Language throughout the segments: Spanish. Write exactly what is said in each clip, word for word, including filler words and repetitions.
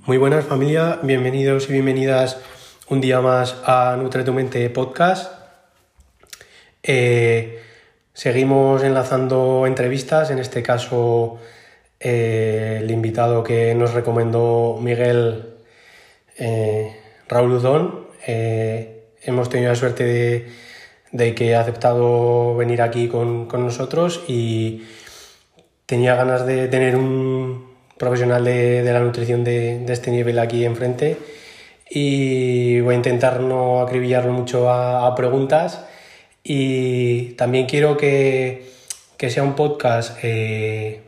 Muy buenas familia, bienvenidos y bienvenidas un día más a Nutre tu Mente Podcast. Eh, seguimos enlazando entrevistas, en este caso eh, el invitado que nos recomendó Miguel, eh, Raúl Udón. Eh, hemos tenido la suerte de, de que ha aceptado venir aquí con, con nosotros y tenía ganas de tener un profesional de, de la nutrición de, de este nivel aquí enfrente y voy a intentar no acribillarlo mucho a, a preguntas y también quiero que, que sea un podcast eh,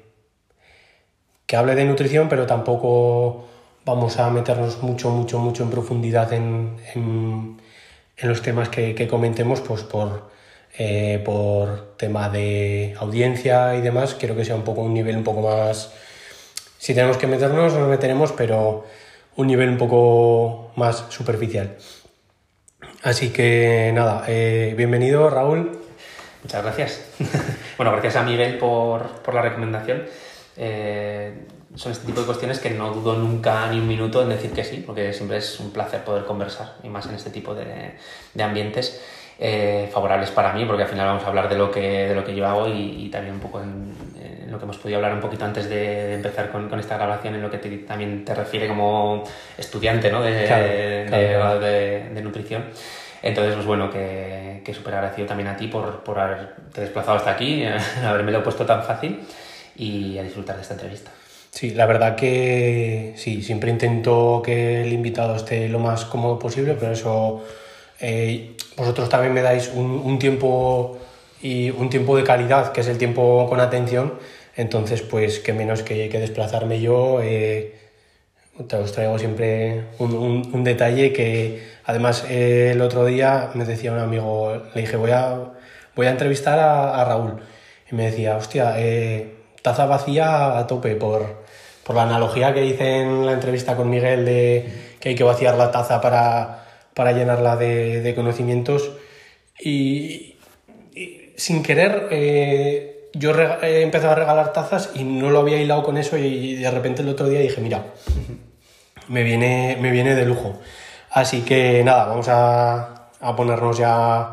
que hable de nutrición, pero tampoco vamos a meternos mucho, mucho, mucho en profundidad en, en, en los temas que, que comentemos, pues por, eh, por tema de audiencia y demás. Quiero que sea un poco un nivel un poco más... Si tenemos que meternos, nos meteremos, pero un nivel un poco más superficial. Así que nada, eh, bienvenido Raúl. Muchas gracias. Bueno, gracias a Miguel por, por la recomendación. Eh, son este tipo de cuestiones que no dudo nunca ni un minuto en decir que sí, porque siempre es un placer poder conversar, y más en este tipo de, de ambientes eh, favorables para mí, porque al final vamos a hablar de lo que, de lo que yo hago y, y también un poco en, en lo que hemos podido hablar un poquito antes de, de empezar con, con esta grabación, en lo que te, también te refiere como estudiante, ¿no? de, Claro, de, claro, de, claro. de, de nutrición. Entonces, pues bueno, que, que súper agradecido también a ti por, por haberte desplazado hasta aquí, haberme lo puesto tan fácil y a disfrutar de esta entrevista. Sí, la verdad que sí, siempre intento que el invitado esté lo más cómodo posible, pero eso eh, vosotros también me dais un, un tiempo y un tiempo de calidad, que es el tiempo con atención, entonces pues qué menos que, que desplazarme yo. Eh, os traigo siempre un, un, un detalle que además eh, el otro día me decía un amigo, le dije voy a, voy a entrevistar a, a Raúl y me decía, hostia, eh, taza vacía a tope por, por la analogía que hice en la entrevista con Miguel de que hay que vaciar la taza para, para llenarla de, de conocimientos y, y sin querer eh, yo he empezado a regalar tazas y no lo había hilado con eso y de repente el otro día dije, mira, me viene, me viene de lujo. Así que nada, vamos a, a ponernos ya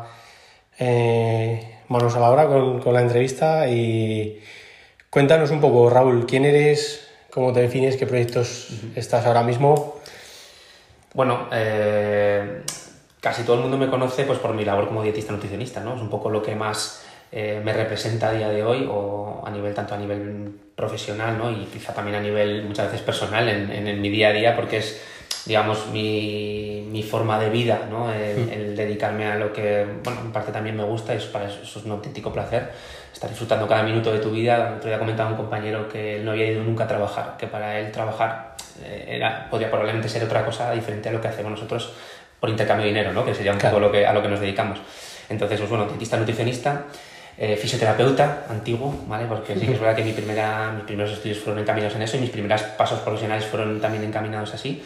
eh, manos a la obra con, con la entrevista y cuéntanos un poco, Raúl, ¿quién eres? ¿Cómo te defines? ¿Qué proyectos uh-huh. estás ahora mismo? Bueno, eh, casi todo el mundo me conoce pues, por mi labor como dietista nutricionista, ¿no? Es un poco lo que más eh, me representa a día de hoy, o a nivel tanto a nivel profesional, ¿no? Y quizá también a nivel muchas veces personal en, en, en mi día a día, porque es, digamos, mi, mi forma de vida, ¿no? El, uh-huh. el dedicarme a lo que, bueno, en parte también me gusta y eso, para eso, eso es un auténtico placer. Estar disfrutando cada minuto de tu vida. El otro día comentaba un compañero que él no había ido nunca a trabajar, que para él trabajar eh, era, podría probablemente ser otra cosa diferente a lo que hacemos nosotros por intercambio de dinero, ¿no? Que sería un claro. poco lo que, a lo que nos dedicamos. Entonces, pues bueno, dietista nutricionista, eh, fisioterapeuta antiguo, ¿vale? Porque sí que es verdad que mi primera, mis primeros estudios fueron encaminados en eso y mis primeros pasos profesionales fueron también encaminados así.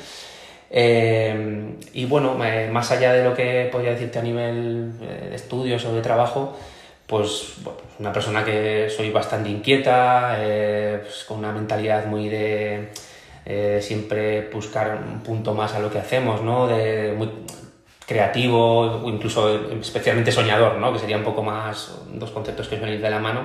Eh, y bueno, eh, más allá de lo que podría decirte a nivel eh, de estudios o de trabajo, pues bueno, una persona que soy bastante inquieta, eh, pues con una mentalidad muy de eh, siempre buscar un punto más a lo que hacemos, ¿no? De muy creativo, incluso especialmente soñador, ¿no? Que sería un poco más dos conceptos que suelen ir de la mano.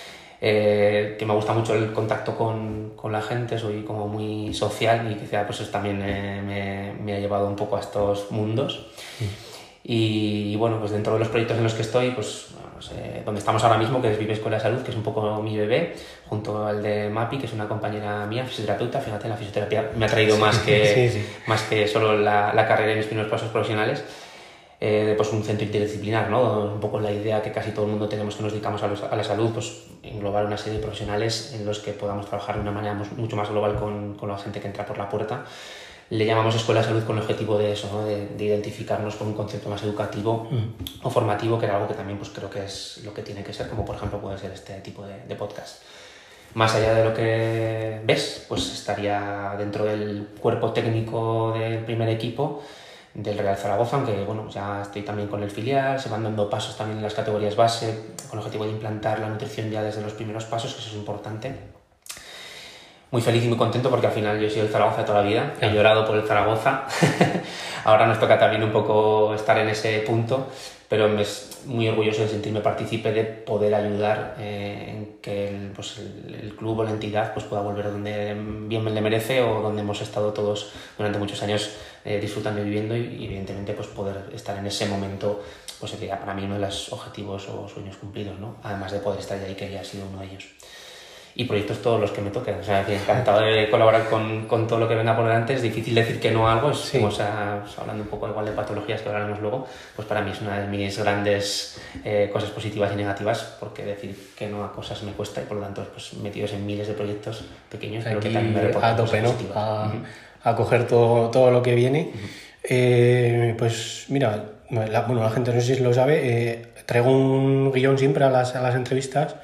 Eh, que me gusta mucho el contacto con, con la gente, soy como muy social y quizá pues eso también eh, me, me ha llevado un poco a estos mundos. Sí. Y, y bueno, pues dentro de los proyectos en los que estoy, pues no sé, donde estamos ahora mismo, que es Vive Escuela de Salud, que es un poco mi bebé, junto al de Mapi, que es una compañera mía, fisioterapeuta. Fíjate, la fisioterapia me ha traído más que, sí, sí. Más que solo la, la carrera y mis primeros pasos profesionales. Eh, pues un centro interdisciplinar, ¿no? Un poco la idea que casi todo el mundo tenemos que nos dedicamos a, los, a la salud, pues englobar una serie de profesionales en los que podamos trabajar de una manera mucho más global con, con la gente que entra por la puerta. Le llamamos Escuela de Salud con el objetivo de eso, ¿no? de, de identificarnos con un concepto más educativo mm. o formativo, que era algo que también pues, creo que es lo que tiene que ser, como por ejemplo puede ser este tipo de, de podcast. Más allá de lo que ves, pues estaría dentro del cuerpo técnico del primer equipo del Real Zaragoza, aunque bueno, ya estoy también con el filial, se van dando pasos también en las categorías base, con el objetivo de implantar la nutrición ya desde los primeros pasos, que eso es importante. muy feliz y muy contento porque al final yo he sido el Zaragoza toda la vida, Claro. he llorado por el Zaragoza. Ahora nos toca también un poco estar en ese punto, pero me es muy orgulloso de sentirme partícipe de poder ayudar eh, en que el, pues el, el club o la entidad pues pueda volver donde bien le merece o donde hemos estado todos durante muchos años eh, disfrutando y viviendo, y, y evidentemente pues poder estar en ese momento pues sería para mí uno de los objetivos o sueños cumplidos, ¿no? Además de poder estar ahí, que ya ha sido uno de ellos. Y proyectos todos los que me toquen, o sea, que encantado de colaborar con, con todo lo que venga por delante. Es difícil decir que no a algo, es Sí. como, o sea, pues, hablando un poco igual de patologías que hablaremos luego, pues para mí es una de mis grandes eh, cosas positivas y negativas, porque decir que no a cosas me cuesta, y por lo tanto pues metidos en miles de proyectos pequeños, pero que Aquí también me reportan a tope, cosas ¿no? positivas. A, Uh-huh. a coger todo, todo lo que viene. Uh-huh. Eh, pues mira, la, bueno, la gente no sé si lo sabe, eh, traigo un guión siempre a las, a las entrevistas,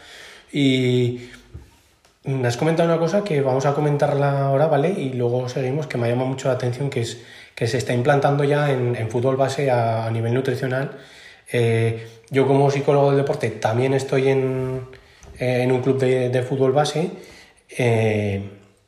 y me has comentado una cosa que vamos a comentarla ahora, ¿vale? Y luego seguimos, que me llama mucho la atención, que es que se está implantando ya en, en fútbol base a, a nivel nutricional. Eh, yo como psicólogo del deporte también estoy en, en un club de, de fútbol base, eh,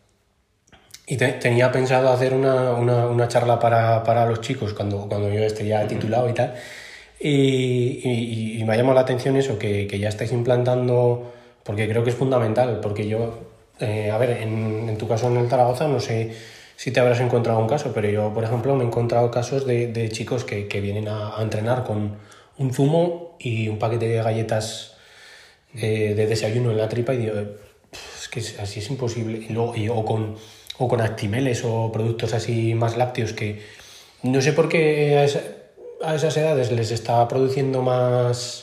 y te, tenía pensado hacer una, una, una charla para, para los chicos cuando, cuando yo esté ya titulado y tal. Y, y, y me ha llamado la atención eso, que, que ya estáis implantando, porque creo que es fundamental, porque yo, eh, a ver, en, en tu caso en el Zaragoza, no sé si te habrás encontrado un caso, pero yo, por ejemplo, me he encontrado casos de, de chicos que, que vienen a, a entrenar con un zumo y un paquete de galletas eh, de desayuno en la tripa, y digo, es que así es imposible. Y luego, y, o, con, o con Actimeles o productos así más lácteos, que no sé por qué a, esa, a esas edades les está produciendo más...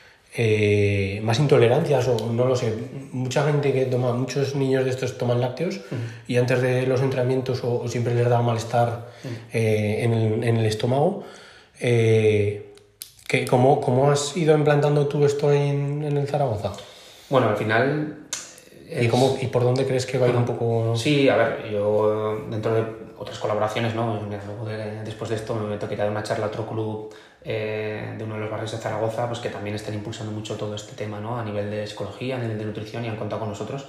Eh, más intolerancias, o no lo sé. Mucha gente que toma, muchos niños de estos toman lácteos, uh-huh. y antes de los entrenamientos o, o siempre les da malestar uh-huh. eh, en, el, en el estómago. Eh, que, ¿cómo, ¿Cómo has ido implantando tú esto en, en el Zaragoza? Bueno, al final... Es... ¿Y, cómo, ¿Y por dónde crees que va a ir un poco...? Sí, a ver, yo dentro de otras colaboraciones, ¿no? Luego de, después de esto me toqué dar una charla a otro club eh, de uno de los barrios de Zaragoza, pues que también están impulsando mucho todo este tema, ¿no? A nivel de psicología, a nivel de nutrición, y han contado con nosotros.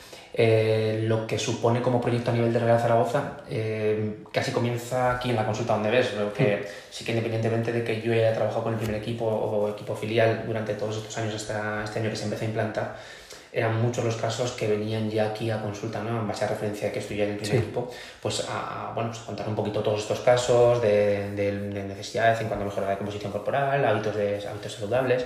Eh, lo que supone como proyecto a nivel de Real Zaragoza, eh, casi comienza aquí en la consulta donde ves, lo que sí que independientemente de que yo haya trabajado con el primer equipo o equipo filial durante todos estos años, hasta este año que se empezó a implantar, eran muchos los casos que venían ya aquí a consulta, ¿no? En base a referencia que estoy ya en el primer sí. equipo, pues a, bueno, pues a contar un poquito todos estos casos de, de, de necesidades en cuanto a mejora de composición corporal, hábitos, de, hábitos saludables.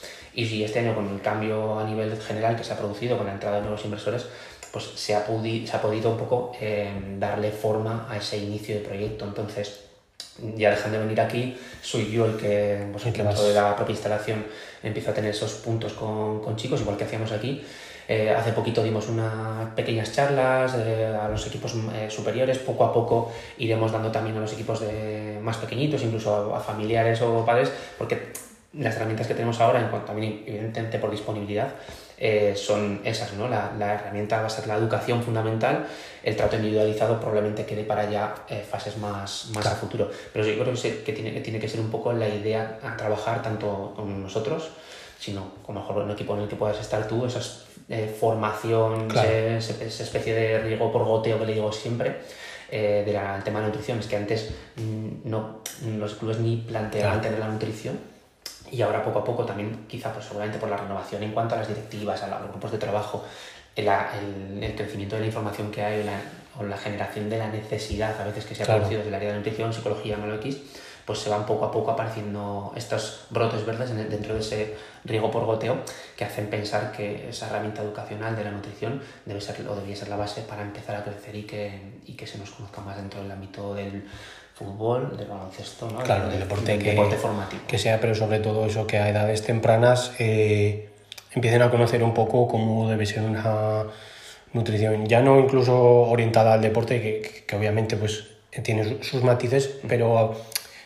Y si este año, con el cambio a nivel general que se ha producido con la entrada de nuevos inversores, pues se ha, pudi- se ha podido un poco eh, darle forma a ese inicio de proyecto. Entonces, ya dejan de venir aquí, soy yo el que, pues, el que dentro de la propia instalación empiezo a tener esos puntos con, con chicos, igual que hacíamos aquí. Eh, hace poquito dimos unas pequeñas charlas eh, a los equipos eh, superiores. Poco a poco iremos dando también a los equipos de, más pequeñitos, incluso a, a familiares o padres, porque las herramientas que tenemos ahora, en cuanto también evidentemente por disponibilidad, eh, son esas, ¿no? La, la herramienta va a ser la educación fundamental, el trato individualizado probablemente quede para ya eh, fases más, más claro. a futuro. Pero yo creo que, se, que, tiene, que tiene que ser un poco la idea a trabajar tanto con nosotros, sino como mejor un equipo en el que puedas estar tú, esas eh, formación, claro. ese, esa especie de riego por goteo que le digo siempre, eh, del de tema de nutrición. Es que antes mm, no, los clubes ni planteaban claro. tener la nutrición. Y ahora poco a poco también, quizá pues seguramente por la renovación en cuanto a las directivas, a los grupos de trabajo, el, el, el crecimiento de la información que hay o la, o la generación de la necesidad a veces que se ha claro. producido desde el área de nutrición, psicología, M L X, pues se van poco a poco apareciendo estos brotes verdes en el, dentro de ese riego por goteo que hacen pensar que esa herramienta educacional de la nutrición debe ser o debería ser la base para empezar a crecer y que, y que se nos conozca más dentro del ámbito del fútbol, del baloncesto, ¿no? Claro, del, del deporte, del que, deporte formativo. Que sea, pero sobre todo eso, que a edades tempranas eh, empiecen a conocer un poco cómo debe ser una nutrición, ya no incluso orientada al deporte, que, que obviamente pues tiene sus matices, pero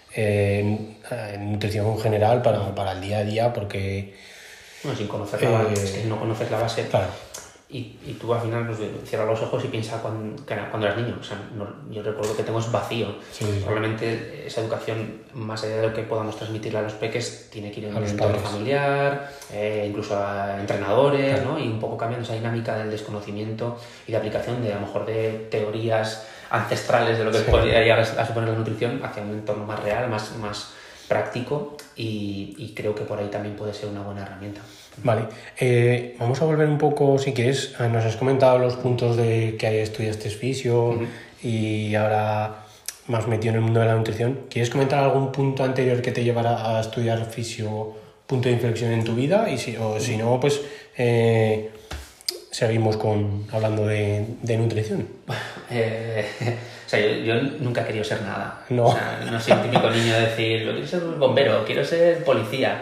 eh, en nutrición en general para, para el día a día, porque... Bueno, sin conocer la base, eh, es que no conoces la base... Claro. y, y tú al final pues, cierras los ojos y piensas cuando, cuando eras niño. O sea, no, yo recuerdo que tengo es vacío. Sí, sí. Probablemente esa educación, más allá de lo que podamos transmitirle a los peques, tiene que ir en A el los entorno padres. familiar, eh, incluso a entrenadores, Claro. ¿no? Y un poco cambiando esa dinámica del desconocimiento y de aplicación de a lo mejor de teorías ancestrales de lo que Sí. podría llegar a suponer la nutrición hacia un entorno más real, más, más práctico y, y creo que por ahí también puede ser una buena herramienta. Vale, eh, vamos a volver un poco, si quieres, eh, nos has comentado los puntos de que ahí estudiaste fisio Uh-huh. y ahora más metido en el mundo de la nutrición. ¿Quieres comentar algún punto anterior que te llevara a estudiar fisio, punto de inflexión en tu vida? Y si, o si no, pues eh, seguimos con, hablando de, de nutrición. Eh, o sea, yo, yo nunca he querido ser nada. No. O sea, no soy el típico niño de decir, yo quiero ser bombero, quiero ser policía.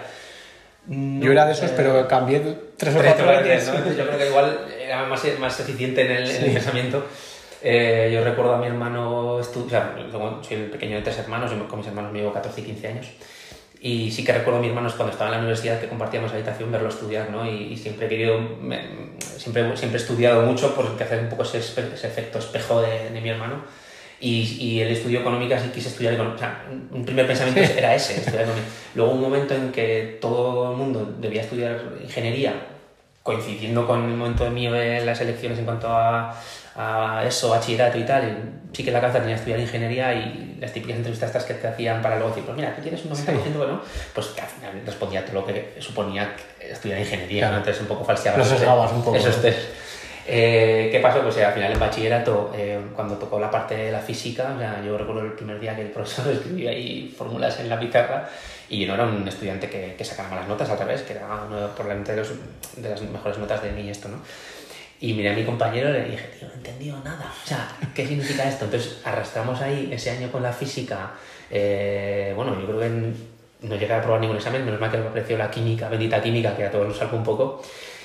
No, Yo era de esos, eh, pero cambié tres o Tres cuatro veces, veces. ¿no? Entonces yo creo que igual era más, más eficiente en el, Sí. en el pensamiento. Eh, yo recuerdo a mi hermano, estu- o sea, soy el pequeño de tres hermanos, yo con mis hermanos me llevo catorce y quince años. Y sí que recuerdo a mis hermanos cuando estaba en la universidad que compartíamos habitación, verlo estudiar, ¿no? Y, y siempre he querido, me, siempre, siempre he estudiado mucho porque hacer un poco ese, ese efecto espejo de, de mi hermano. Y, y él estudió económicas y quise estudiar económicas. O sea, un primer pensamiento Sí. era ese, estudiar económicas. Luego un momento en que todo el mundo debía estudiar ingeniería, coincidiendo con el momento mío de las elecciones en cuanto a, a eso, bachillerato y tal, y sí que en la cabeza tenía que estudiar ingeniería y las típicas entrevistas estas que te hacían para luego decir, pues mira, tú tienes un noventa por ciento, sí. ¿no? Pues que al final respondía todo lo que suponía estudiar ingeniería, claro. ¿no? Entonces un poco falseaba. Lo sesgabas un poco. Esos test. Eh, ¿Qué pasó? Pues eh, al final en bachillerato, eh, cuando tocó la parte de la física, o sea, yo recuerdo el primer día que el profesor escribía ahí fórmulas en la pizarra y yo no era un estudiante que, que sacara malas notas, al revés, que era uno probablemente de, los, de las mejores notas de mí esto, ¿no? Y miré a mi compañero y le dije, tío, no he entendido nada. O sea, ¿qué significa esto? Entonces arrastramos ahí ese año con la física. Eh, bueno, yo creo que no llegué a probar ningún examen, menos mal que me apareció la química, bendita química, que a todos nos salvó un poco.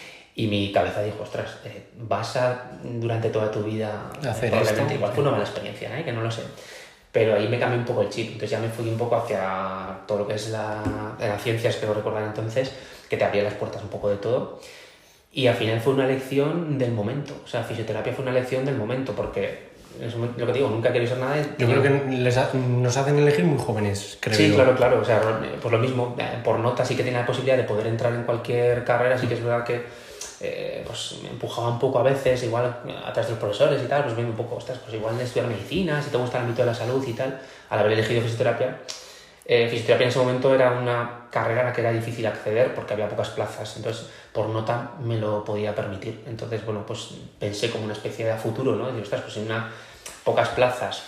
Y mi cabeza dijo, ostras, eh, vas a durante toda tu vida hacer eh, probablemente esto. igual fue una mala experiencia, ¿eh? Que no lo sé. Pero ahí me cambié un poco el chip, entonces ya me fui un poco hacia todo lo que es la, las ciencias, creo recordar entonces, que te abría las puertas un poco de todo. Y al final fue una elección del momento, o sea, fisioterapia fue una elección del momento, porque es lo que digo, nunca quiero ser nada. Yo creo que les ha, nos hacen elegir muy jóvenes, creo Sí, yo. claro, claro, o sea, pues lo mismo, por nota sí que tenía la posibilidad de poder entrar en cualquier carrera, sí que es verdad que Eh, pues me empujaba un poco a veces, igual a través de los profesores y tal, pues viendo un poco, ostras, pues igual de estudiar medicina, si te gusta el ámbito de la salud y tal, al haber elegido fisioterapia. Eh, fisioterapia en ese momento era una carrera a la que era difícil acceder porque había pocas plazas, entonces por nota me lo podía permitir. Entonces, bueno, pues pensé como una especie de futuro, ¿no? Y ostras, pues en una, pocas plazas,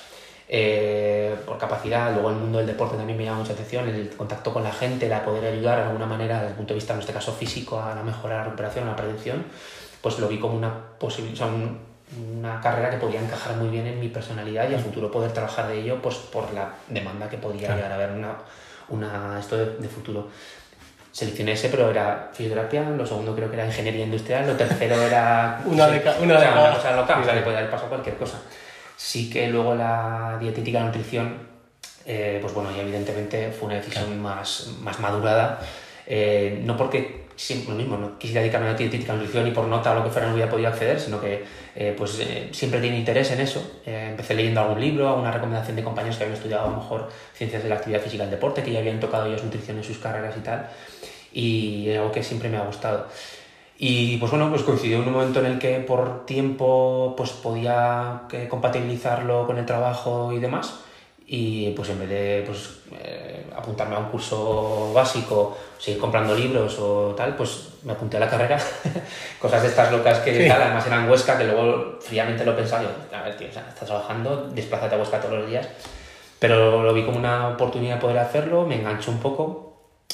eh, por capacidad, luego el mundo del deporte también me llama mucha atención, el contacto con la gente, la poder ayudar de alguna manera desde el punto de vista, en este caso físico, a la mejora, la recuperación, a la prevención, pues lo vi como una posibilidad, o sea, un, una carrera que podía encajar muy bien en mi personalidad y a futuro poder trabajar de ello, pues por la demanda que podía claro. llegar a haber una, una, esto de, de futuro. Seleccioné ese, pero era fisioterapia, lo segundo creo que era ingeniería industrial, lo tercero era una, de ca- una, o sea, de una cosa loca, sí, o sea, le podía haber pasado cualquier cosa. Sí que luego la dietética, la nutrición, eh, pues bueno, y evidentemente fue una decisión claro. más, más madurada, eh, no porque siempre lo mismo, no quisiera dedicarme a la dietética, nutrición y por nota o lo que fuera no hubiera podido acceder, sino que eh, pues eh, siempre tiene interés en eso. Eh, empecé leyendo algún libro, alguna recomendación de compañeros que habían estudiado a lo mejor ciencias de la actividad física y el deporte, que ya habían tocado ellos nutrición en sus carreras y tal, y es algo que siempre me ha gustado. Y pues bueno, pues coincidió en un momento en el que por tiempo pues podía eh, compatibilizarlo con el trabajo y demás, y pues en vez de pues, eh, apuntarme a un curso básico, seguir comprando libros o tal, pues me apunté a la carrera. Cosas de estas locas que sí. tal, además eran Huesca, que luego fríamente lo pensaba, yo, a ver tío, o sea, estás trabajando, desplázate a Huesca todos los días, pero lo vi como una oportunidad de poder hacerlo, me enganchó un poco.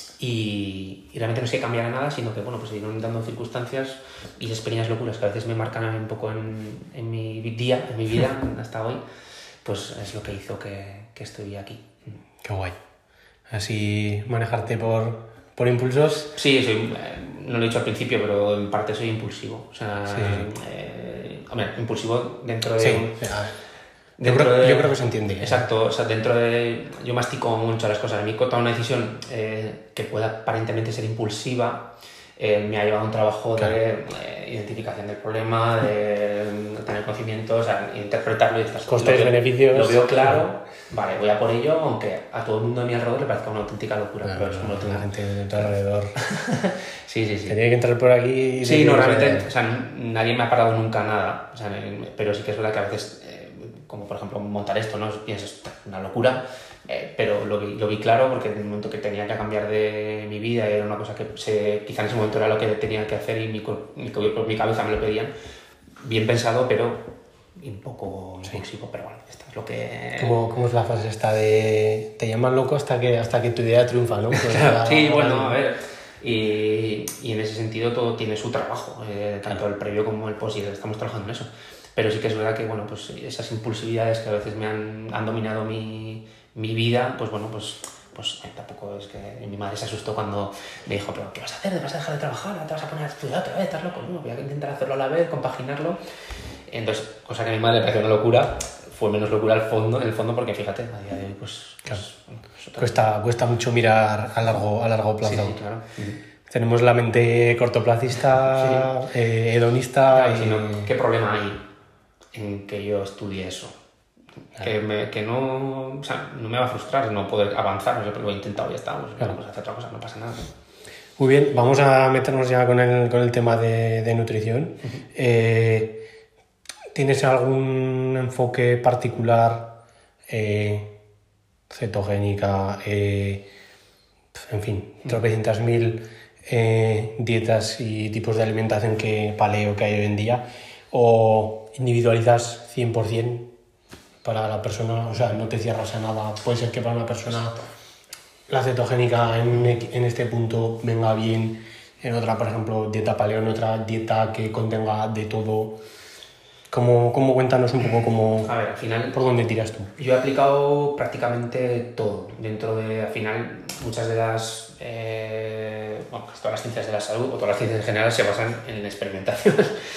Y, y realmente no es que cambiara nada, sino que bueno, pues se iban dando circunstancias y esas pequeñas locuras que a veces me marcan un poco en, en mi día, en mi vida, hasta hoy, pues es lo que hizo que, que estoy aquí. Qué guay. Así manejarte por, por impulsos. Sí, soy, eh, no lo he dicho al principio, pero en parte soy impulsivo. O sea, sí. eh, hombre, impulsivo dentro de... Sí, un, a ver. Yo creo, de, yo creo que se entiende. Exacto, o sea, dentro de... Yo mastico mucho las cosas. A mí tomar una decisión eh, que pueda aparentemente ser impulsiva, eh, me ha llevado un trabajo claro. de eh, identificación del problema, de tener conocimientos, o sea, interpretarlo y estas cosas. Costes, beneficios. Lo veo claro, vale, voy a por ello, aunque a todo el mundo a mi alrededor le parezca una auténtica locura. Claro, pero es como la gente de tu alrededor. Sí, sí, sí. Que tiene que entrar por aquí y... Sí, no, realmente, o sea, nadie me ha parado nunca nada, o sea, pero sí que es verdad que a veces, eh, como por ejemplo montar esto, ¿no? Piensas, una locura, eh, pero lo vi, lo vi claro porque en el momento que tenía que cambiar de mi vida era una cosa que se, quizá en ese momento era lo que tenía que hacer y mi, mi, mi cabeza me lo pedían, bien pensado, pero un poco impulsivo, sí. Pero bueno, esto es lo que... ¿Cómo, cómo es la frase esta de te llaman loco hasta que, hasta que tu idea triunfa, ¿no? Pues claro, sí, bueno, a ver... Y, y en ese sentido todo tiene su trabajo, eh, tanto el previo como el post, y estamos trabajando en eso. Pero sí que es verdad que bueno, pues esas impulsividades que a veces me han, han dominado mi, mi vida, pues bueno, pues, pues eh, tampoco es que mi madre se asustó cuando me dijo, pero ¿qué vas a hacer? ¿Te vas a dejar de trabajar? ¿Te vas a poner a estudiar otra vez? ¿Estás loco? No, voy a intentar hacerlo a la vez, compaginarlo. Entonces, cosa que a mi madre le pareció una locura, fue menos locura al fondo, en el fondo, porque fíjate, a día de hoy pues... Claro. pues bueno, pues cuesta, cuesta mucho mirar a largo, a largo plazo. Sí, sí, claro. Tenemos la mente cortoplacista, sí. eh, hedonista... Claro, y... sino, ¿qué problema hay en que yo estudie eso? Claro. Que, me, que no, o sea, no me va a frustrar no poder avanzar, yo lo he intentado y ya está, pues, claro. Vamos a hacer otra cosa, no pasa nada. Muy bien, vamos a meternos ya con el, con el tema de, de nutrición. Uh-huh. Eh, ¿Tienes algún enfoque particular, eh, cetogénica, eh, en fin, tropecientas mil eh, dietas y tipos de alimentación que paleo que hay hoy en día, o individualizas cien por ciento para la persona, o sea, no te cierras a nada? Puede ser que para una persona la cetogénica en, en este punto venga bien, en otra, por ejemplo, dieta paleo, en otra dieta que contenga de todo. ¿Cómo, cómo cuéntanos un poco cómo, a ver, al final, por dónde tiras tú? Yo he aplicado prácticamente todo. Dentro de, al final, muchas de las, eh, bueno, pues todas las ciencias de la salud o todas las ciencias en general se basan en la experimentación.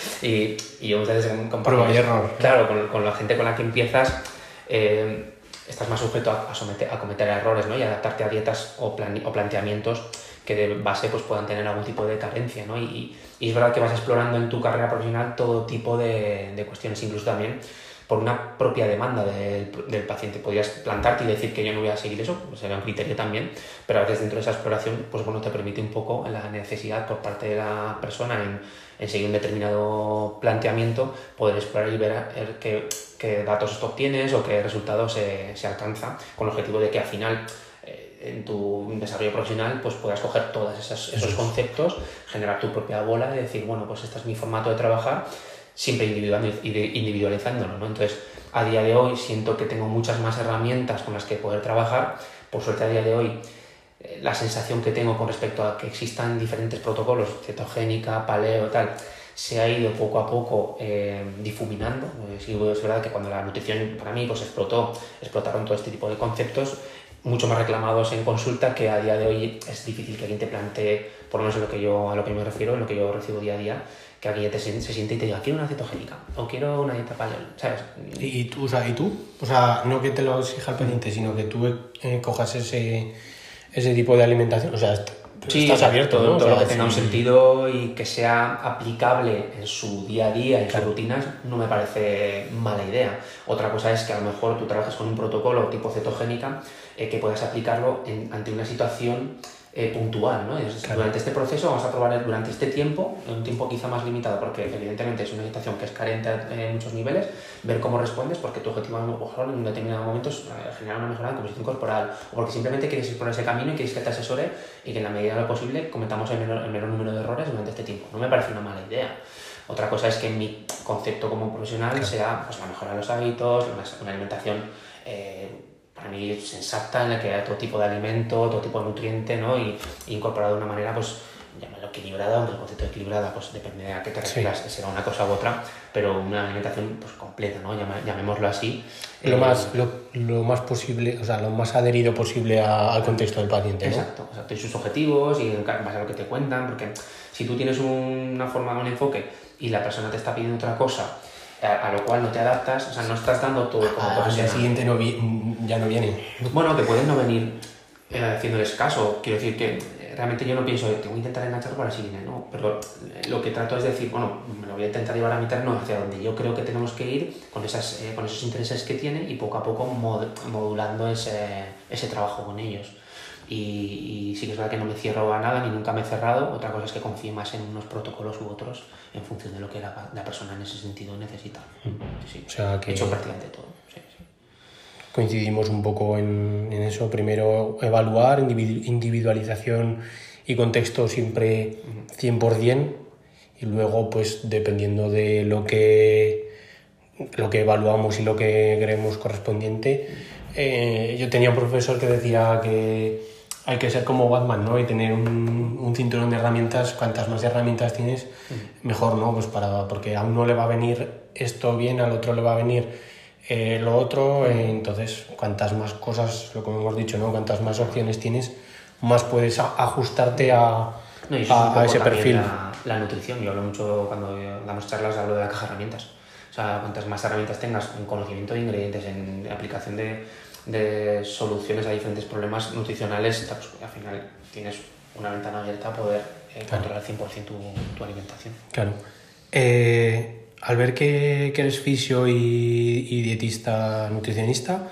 y, y yo muchas veces con, prueba y error. Claro, con, con la gente con la que empiezas, eh, estás más sujeto a, a, someter, a cometer errores, ¿no? Y adaptarte a dietas o, plan, o planteamientos que de base pues, puedan tener algún tipo de carencia, ¿no? Y, y es verdad que vas explorando en tu carrera profesional todo tipo de, de cuestiones, incluso también por una propia demanda del, del paciente. Podrías plantarte y decir que yo no voy a seguir eso, pues sería un criterio también, pero a veces dentro de esa exploración pues, bueno, te permite un poco la necesidad por parte de la persona en, en seguir un determinado planteamiento, poder explorar y ver, ver qué, qué datos obtienes o qué resultados se, se alcanza, con el objetivo de que al final en tu desarrollo profesional pues puedas coger todos esos, esos conceptos, generar tu propia bola y decir, bueno, pues este es mi formato de trabajar, siempre individualizándolo, ¿no? Entonces, a día de hoy siento que tengo muchas más herramientas con las que poder trabajar. Por suerte, a día de hoy, eh, la sensación que tengo con respecto a que existan diferentes protocolos, cetogénica, paleo, tal, se ha ido poco a poco eh, difuminando. Sí, es verdad que cuando la nutrición para mí pues explotó, explotaron todo este tipo de conceptos, mucho más reclamados en consulta, que a día de hoy es difícil que alguien te plantee, por lo menos en lo que yo, a lo que yo me refiero, en lo que yo recibo día a día, que alguien te, se siente y te diga, quiero una cetogénica o quiero una dieta paleo, ¿sabes? ¿Y, y, tú, o sea, ¿Y tú? O sea, no que te lo exija el paciente, sino que tú eh, cojas ese, ese tipo de alimentación, o sea, sí, estás abierto, todo, ¿no? todo o sea, lo que tenga sí. un sentido y que sea aplicable en su día a día y en claro. sus rutinas, no me parece mala idea. Otra cosa es que a lo mejor tú trabajas con un protocolo tipo cetogénica eh, que puedas aplicarlo en, ante una situación eh, puntual, ¿no? Entonces, claro. Durante este proceso vamos a probar durante este tiempo, en un tiempo quizá más limitado, porque evidentemente es una situación que es carente en muchos niveles, ver cómo respondes, porque tu objetivo a lo mejor en un determinado momento es generar una mejora en composición corporal, o porque simplemente quieres ir por ese camino y quieres que te asesore y que en la medida de lo posible cometamos el menor, el menor número de errores durante este tiempo. No me parece una mala idea. Otra cosa es que mi concepto como profesional claro. sea pues, la mejora de los hábitos, una, una alimentación eh, para mí sensata, en la que haya todo tipo de alimento, todo tipo de nutriente, ¿no? y, y incorporado de una manera, pues, llámalo equilibrada, aunque el concepto de equilibrada pues, depende de a qué te refieras, sí. será una cosa u otra, pero una alimentación pues, completa, ¿no? Llamémoslo así. Lo, eh, más, lo, lo más posible, o sea, lo más adherido posible a, al contexto del paciente, ¿no? Exacto, exacto, y sus objetivos y en base a lo que te cuentan, porque si tú tienes un, una forma, un enfoque y la persona te está pidiendo otra cosa, a, a lo cual no te adaptas, o sea, no estás dando todo como ah, profesional. Al siguiente no vi, ya no viene. Bueno, que pueden no venir eh, haciéndoles caso, quiero decir que realmente yo no pienso, tengo que intentar enganchar para si viene, no, pero lo que trato es decir, bueno, me lo voy a intentar llevar a mi terreno hacia donde yo creo que tenemos que ir con, esas, eh, con esos intereses que tiene y poco a poco mod, modulando ese, ese trabajo con ellos. Y, y sí que es verdad que no me cierro a nada, ni nunca me he cerrado. Otra cosa es que confíe más en unos protocolos u otros en función de lo que la, la persona en ese sentido necesita. Sí, sí. O sea que... He hecho prácticamente todo. Sí, sí. Coincidimos un poco en, en eso. Primero, evaluar, individualización y contexto siempre cien por ciento. Y luego, pues dependiendo de lo que, lo que evaluamos y lo que creemos correspondiente. Eh, yo tenía un profesor que decía que hay que ser como Batman, ¿no? Y tener un, un cinturón de herramientas. Cuantas más herramientas tienes, mejor, ¿no? Pues para, porque a uno le va a venir esto bien, al otro le va a venir eh, lo otro. Eh, entonces, cuantas más cosas, lo que hemos dicho, ¿no? Cuantas más opciones tienes, más puedes a, ajustarte a, no, y eso a, es un poco a ese perfil. La, la nutrición, yo hablo mucho cuando damos charlas, hablo de la caja de herramientas. O sea, cuantas más herramientas tengas en conocimiento de ingredientes, en aplicación de, de soluciones a diferentes problemas nutricionales, pues, al final tienes una ventana abierta a poder eh, claro. controlar al cien por ciento tu, tu alimentación. Claro. Eh, al ver que, que eres fisio y, y dietista nutricionista,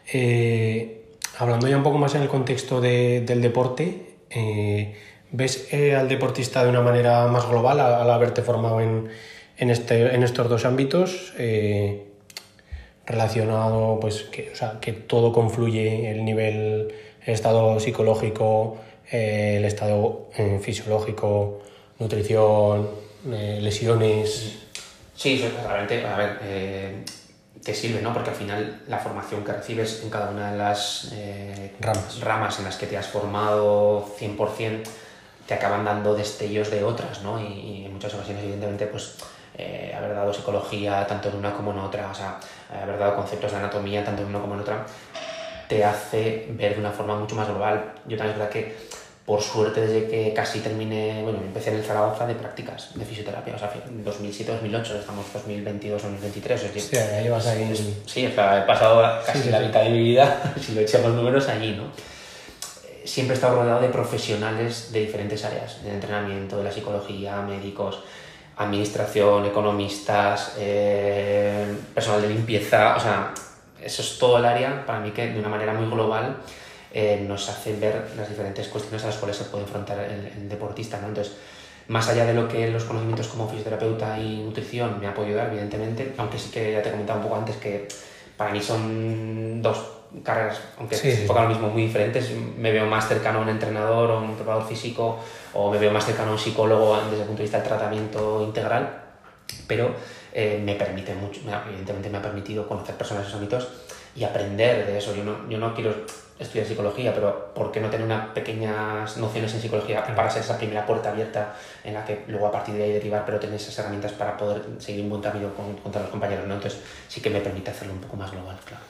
eh, hablando ya un poco más en el contexto de, del deporte, eh, ¿ves eh, al deportista de una manera más global al, al haberte formado en, en, este, en estos dos ámbitos? Eh, relacionado, pues, que, o sea, que todo confluye, el nivel, el estado psicológico, eh, el estado eh, fisiológico, nutrición, eh, lesiones. Sí, realmente, a ver, eh, te sirve, ¿no? Porque al final la formación que recibes en cada una de las eh, ramas. ramas en las que te has formado cien por ciento te acaban dando destellos de otras, ¿no? Y, y en muchas ocasiones, evidentemente, pues eh, haber dado psicología tanto en una como en otra, o sea, haber dado conceptos de anatomía tanto en una como en otra, te hace ver de una forma mucho más global. Yo también es verdad que, por suerte, desde que casi terminé, bueno, empecé en el Zaragoza de prácticas de fisioterapia, o sea, en dos mil siete dos mil ocho, estamos dos mil veintidós dos mil veintitrés, es decir, sí, ahí vas ahí. Es, sí, o sea, he pasado casi sí, sí, la sí. mitad de mi vida, si lo echamos números, allí, ¿no? Siempre he estado rodeado de profesionales de diferentes áreas, de entrenamiento, de la psicología, médicos, administración, economistas, eh, personal de limpieza, o sea, eso es todo el área para mí que de una manera muy global eh, nos hace ver las diferentes cuestiones a las cuales se puede enfrentar el, el deportista, ¿no? Entonces, más allá de lo que los conocimientos como fisioterapeuta y nutrición me ha podido dar, evidentemente, aunque sí que ya te he comentado un poco antes que para mí son dos carreras, aunque sí, se sí. enfocan lo mismo, muy diferentes. Me veo más cercano a un entrenador o un preparador físico, o me veo más cercano a un psicólogo desde el punto de vista del tratamiento integral, pero eh, me permite mucho, evidentemente me ha permitido conocer personas en esos ámbitos y aprender de eso. Yo no, yo no quiero estudiar psicología, pero ¿por qué no tener unas pequeñas nociones en psicología para ser esa primera puerta abierta en la que luego a partir de ahí derivar, pero tener esas herramientas para poder seguir un buen camino con, contra los compañeros, ¿no? Entonces sí que me permite hacerlo un poco más global, claro.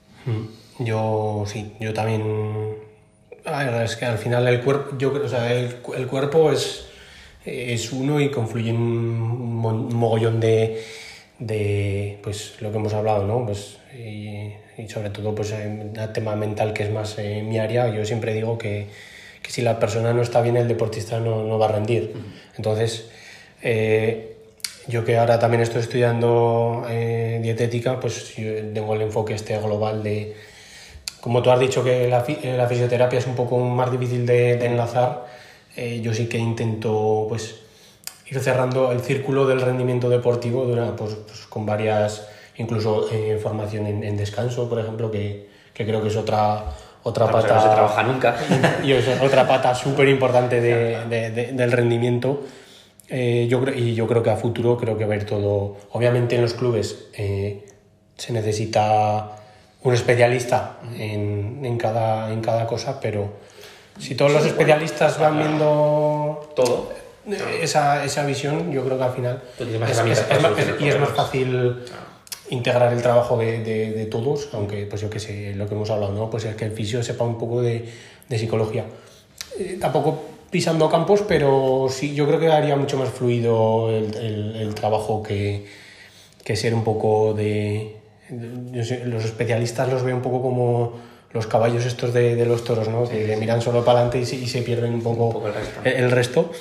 Yo sí, yo también. La verdad es que al final el cuerpo, yo creo, o sea, el, el cuerpo es, es uno y confluyen un mogollón de, de, pues lo que hemos hablado, ¿no? Pues y, y sobre todo pues el tema mental, que es más eh, mi área. Yo siempre digo que, que si la persona no está bien, el deportista no, no va a rendir. Entonces, eh, yo que ahora también estoy estudiando eh, dietética, pues yo tengo el enfoque este global de, como tú has dicho que la, la fisioterapia es un poco más difícil de, de enlazar, eh, yo sí que intento pues ir cerrando el círculo del rendimiento deportivo durante, pues, pues, con varias, incluso eh, formación en, en descanso, por ejemplo, que, que creo que es otra, otra Vamos, pata. No se trabaja nunca. Y, y es otra pata súper importante de, de, de, del rendimiento. Eh, yo creo, y yo creo que a futuro creo que ver todo, obviamente en los clubes eh, se necesita un especialista en, en, cada, en cada cosa, pero si todos sí, los especialistas bueno, van viendo todo esa, esa visión, yo creo que al final es, es, es, es, más, es, y es más fácil integrar el trabajo de, de, de todos, aunque pues yo que sé, lo que hemos hablado, ¿no? Pues es que el fisio sepa un poco de, de psicología. Eh, tampoco pisando campos, pero sí, yo creo que haría mucho más fluido el, el, el trabajo que, que ser un poco de... Yo sé, los especialistas los veo un poco como los caballos estos de, de los toros, ¿no? Sí, que sí. miran solo para adelante y se, y se pierden un poco, un poco el resto. El, el resto.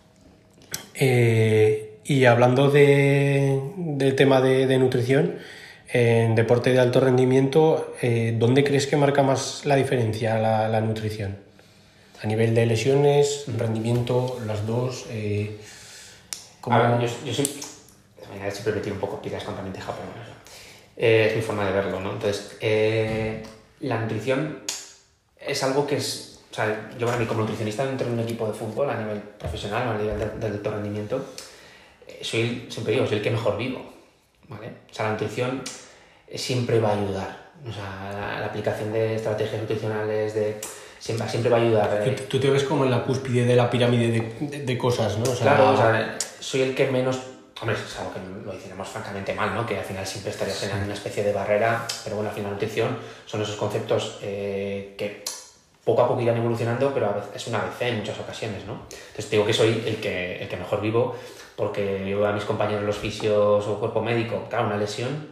Eh, y hablando de, del tema de, de nutrición, en deporte de alto rendimiento, eh, ¿dónde crees que marca más la diferencia la, la nutrición? A nivel de lesiones, uh-huh. rendimiento, las dos. Eh, ¿cómo... A ver, yo, yo siempre, siempre me tiro un poco piedras contra mi tejado, pero bueno, eh, es mi forma de verlo, ¿no? Entonces, eh, la nutrición es algo que es, o sea, yo para mí como nutricionista dentro de un equipo de fútbol a nivel profesional o a nivel del de, de alto rendimiento, eh, soy, siempre digo, soy el que mejor vivo, ¿vale? O sea, la nutrición siempre va a ayudar, o sea, la, la aplicación de estrategias nutricionales, de siempre, siempre va a ayudar. Eh. Tú te ves como en la cúspide de la pirámide de, de, de cosas, ¿no? O sea, claro, o sea, soy el que menos... Hombre, es algo que lo hiciéramos francamente mal, ¿no? Que al final siempre estaría generando una especie de barrera, pero bueno, al final la nutrición son esos conceptos eh, que poco a poco irán evolucionando, pero a veces, es una vez en muchas ocasiones, ¿no? Entonces te digo que soy el que, el que mejor vivo, porque yo veo a mis compañeros los fisios o cuerpo médico, claro, una lesión,